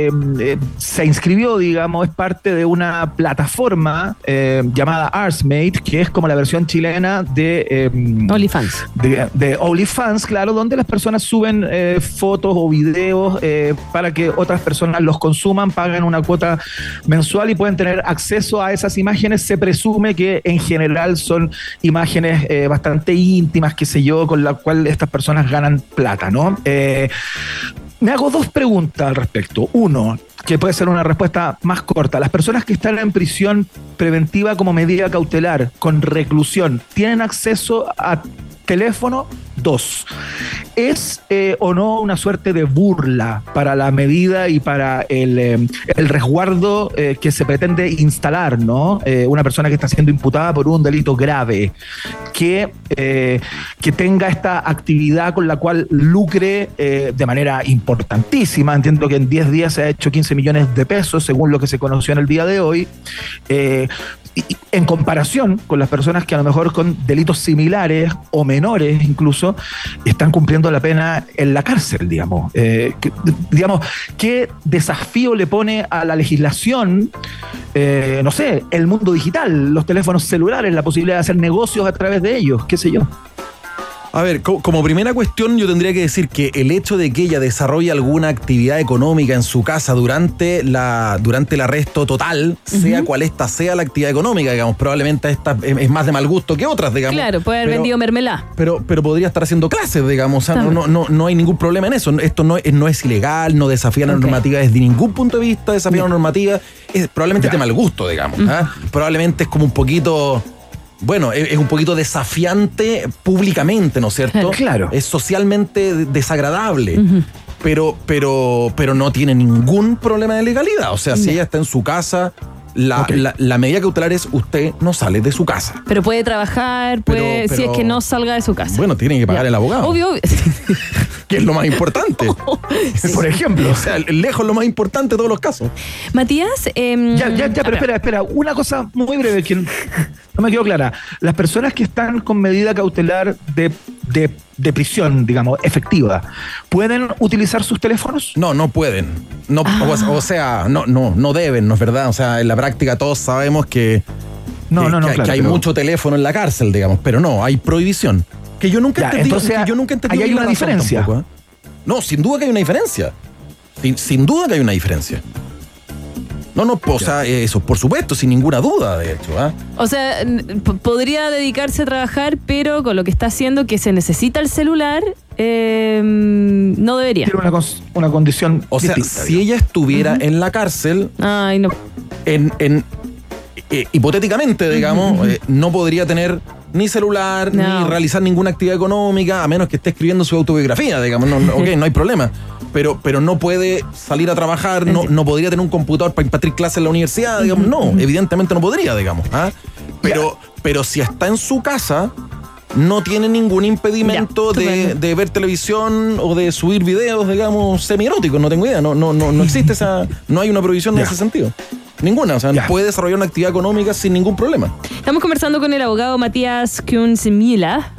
se inscribió, digamos, es parte de una plataforma llamada Arsmate, que es como la versión chilena de OnlyFans. De OnlyFans, claro, donde las personas suben fotos o videos para que otras personas los consuman, pagan una cuota mensual y pueden tener acceso a esas imágenes. Se presume que en general son imágenes bastante íntimas, qué sé yo, con la cual estas personas ganan plata, ¿no? Me hago dos preguntas al respecto. Uno, que puede ser una respuesta más corta. ¿Las personas que están en prisión preventiva como medida cautelar, con reclusión, tienen acceso a teléfono? Dos, ¿es o no una suerte de burla para la medida y para el resguardo que se pretende instalar, ¿no? Una persona que está siendo imputada por un delito grave, que tenga esta actividad con la cual lucre de manera importantísima. Entiendo que en 10 días se ha hecho 15 millones de pesos, según lo que se conoció en el día de hoy. En comparación con las personas que a lo mejor con delitos similares o menores incluso están cumpliendo la pena en la cárcel, digamos. ¿Qué desafío le pone a la legislación, no sé, el mundo digital, los teléfonos celulares, la posibilidad de hacer negocios a través de ellos, qué sé yo? A ver, como primera cuestión yo tendría que decir que el hecho de que ella desarrolle alguna actividad económica en su casa durante el arresto total, sea cual esta sea la actividad económica, digamos, probablemente esta es más de mal gusto que otras, digamos. Claro, puede haber vendido mermelada. Pero podría estar haciendo clases, digamos, o sea, no hay ningún problema en eso. Esto no es ilegal, no desafía la normativa desde ningún punto de vista, desafía la normativa, es probablemente de mal gusto, digamos. Probablemente es como un poquito... Bueno, es un poquito desafiante públicamente, ¿no es cierto? Claro. Es socialmente desagradable, pero no tiene ningún problema de legalidad. O sea, si ella está en su casa La medida cautelar es usted no sale de su casa. Pero puede trabajar, puede, si es que no salga de su casa. Bueno, tiene que pagar el abogado. Obvio. Que es lo más importante. Sí. Por ejemplo. O sea, lejos lo más importante de todos los casos. Matías, pero espera. Una cosa muy breve que no me quedó clara. Las personas que están con medida cautelar de prisión, digamos, efectiva, ¿pueden utilizar sus teléfonos? No pueden. No, o sea, no deben, ¿no es verdad? O sea, en la práctica todos sabemos que hay mucho teléfono en la cárcel, digamos, pero no, hay prohibición. Que yo nunca entendí. Ahí hay una diferencia. Tampoco, ¿eh? No, sin duda que hay una diferencia. Sin duda que hay una diferencia. O sea, eso, por supuesto, sin ninguna duda, de hecho. ¿Eh? O sea, podría dedicarse a trabajar, pero con lo que está haciendo, que se necesita el celular, no debería. Tiene una condición o sea, distinta, si ella estuviera en la cárcel, ay, no. Hipotéticamente, digamos, no podría tener ni celular, ni realizar ninguna actividad económica, a menos que esté escribiendo su autobiografía, digamos. No hay problema. Pero no puede salir a trabajar, no podría tener un computador para impartir clases en la universidad, digamos. No, evidentemente no podría, digamos. ¿Ah? Pero si está en su casa, no tiene ningún impedimento de ver televisión o de subir videos, digamos, semi-eróticos, no tengo idea. No existe no hay una prohibición en ese sentido. Ninguna, o sea, puede desarrollar una actividad económica sin ningún problema. Estamos conversando con el abogado Matías Kunzmila.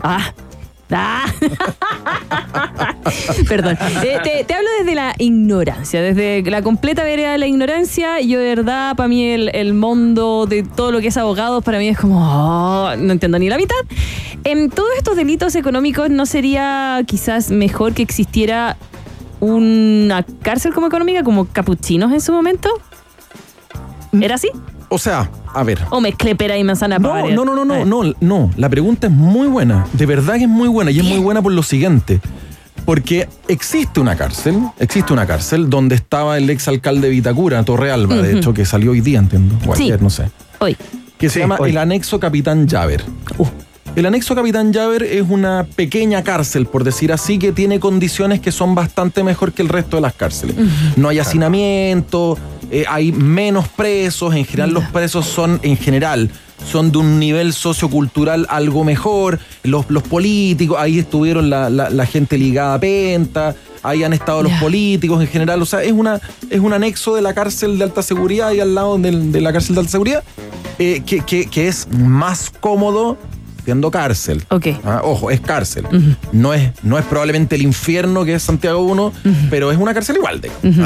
Perdón. Te hablo desde la ignorancia, desde la completa vereda de la ignorancia. Yo, de verdad, para mí el mundo de todo lo que es abogados, para mí es como, no entiendo ni la mitad. En todos estos delitos económicos, ¿no sería quizás mejor que existiera una cárcel como económica, como Capuchinos en su momento? ¿Era así? O sea, a ver. O mezclé pera y manzana para variar. No. La pregunta es muy buena. De verdad que es muy buena. Y es muy buena por lo siguiente. Porque existe una cárcel donde estaba el exalcalde de Vitacura, Torrealba, de hecho, que salió hoy día, entiendo. O ayer, no sé. Hoy. Que se llama el Anexo Capitán Llaver. El Anexo Capitán Llaver es una pequeña cárcel, por decir así, que tiene condiciones que son bastante mejor que el resto de las cárceles. No hay hacinamiento, hay menos presos, en general los presos son de un nivel sociocultural algo mejor, los políticos, ahí estuvieron la gente ligada a Penta, ahí han estado los políticos en general, o sea, es un anexo de la cárcel de alta seguridad y al lado de la cárcel de alta seguridad, que es más cómodo siendo cárcel. Ojo, es cárcel. No es probablemente el infierno que es Santiago 1, pero es una cárcel igual.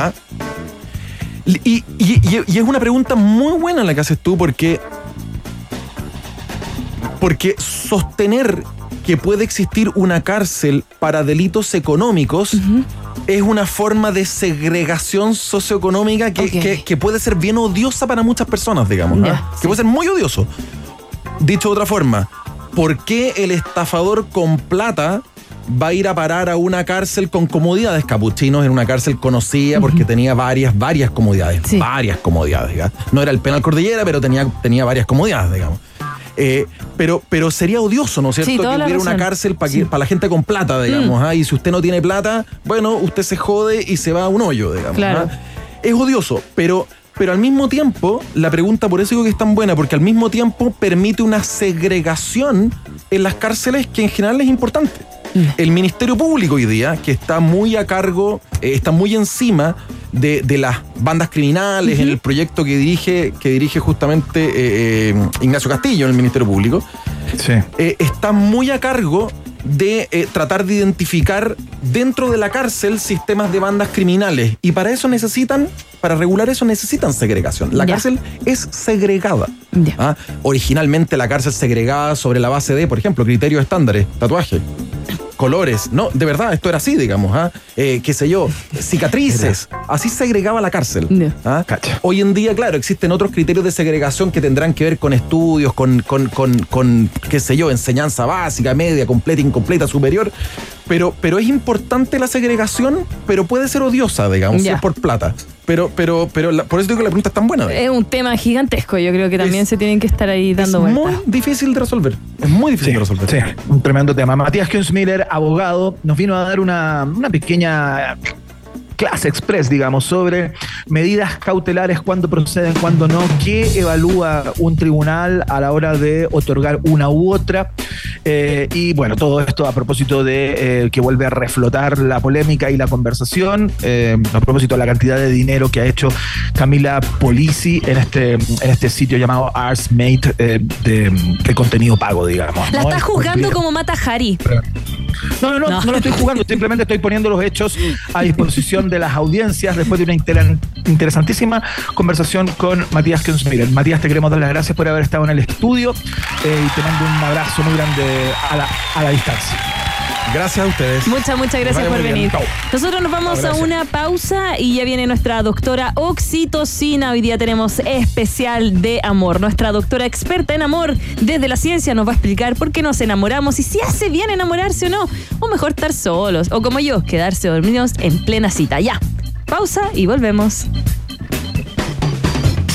Y es una pregunta muy buena la que haces tú, porque sostener que puede existir una cárcel para delitos económicos es una forma de segregación socioeconómica que puede ser bien odiosa para muchas personas, digamos. Que puede ser muy odioso. Dicho de otra forma, ¿por qué el estafador con plata va a ir a parar a una cárcel con comodidades? Capuchinos era una cárcel conocida porque tenía varias comodidades. Sí. Varias comodidades, digamos. No era el penal Cordillera, pero tenía varias comodidades, digamos. Pero sería odioso, ¿no es cierto? Que hubiera una cárcel para la gente con plata, digamos. Y si usted no tiene plata, bueno, usted se jode y se va a un hoyo, digamos. Claro. Es odioso, pero al mismo tiempo, la pregunta, por eso digo que es tan buena, porque al mismo tiempo permite una segregación en las cárceles que en general es importante. El Ministerio Público hoy día, que está muy a cargo, está muy encima de las bandas criminales, en el proyecto que dirige justamente Ignacio Castillo en el Ministerio Público, está muy a cargo de tratar de identificar dentro de la cárcel sistemas de bandas criminales, y para regular eso necesitan segregación. La cárcel es segregada. Originalmente la cárcel segregada sobre la base de, por ejemplo, criterios estándares, tatuaje, colores, no, de verdad, esto era así, digamos, qué sé yo, cicatrices, así segregaba la cárcel. Hoy en día, claro, existen otros criterios de segregación que tendrán que ver con estudios, con qué sé yo, enseñanza básica, media, completa, incompleta, superior, pero es importante la segregación, pero puede ser odiosa, digamos, si es por plata. Pero por eso digo que la pregunta es tan buena. Es un tema gigantesco, yo creo que también se tienen que estar ahí dando vueltas. Es muy difícil de resolver. Es muy difícil de resolver. Sí, un tremendo tema. Matías Kunzmiller, abogado, nos vino a dar una pequeña clase express, digamos, sobre medidas cautelares, cuándo proceden, cuándo no, qué evalúa un tribunal a la hora de otorgar una u otra. Y bueno, todo esto a propósito de que vuelve a reflotar la polémica y la conversación, a propósito de la cantidad de dinero que ha hecho Camila Polisi en este sitio llamado Arsmate de contenido pago, digamos. La está juzgando como Mata Hari. No lo estoy jugando, simplemente estoy poniendo los hechos a disposición de las audiencias después de una interesantísima conversación con Matías Kensmiren. Matías, te queremos dar las gracias por haber estado en el estudio y te mando un abrazo muy grande a la distancia. Gracias a ustedes. Muchas gracias por venir. Nosotros nos vamos a una pausa y ya viene nuestra doctora Oxitocina. Hoy día tenemos especial de amor. Nuestra doctora experta en amor desde la ciencia nos va a explicar por qué nos enamoramos y si hace bien enamorarse o no. O mejor estar solos. O como yo, quedarse dormidos en plena cita. Ya. Pausa y volvemos.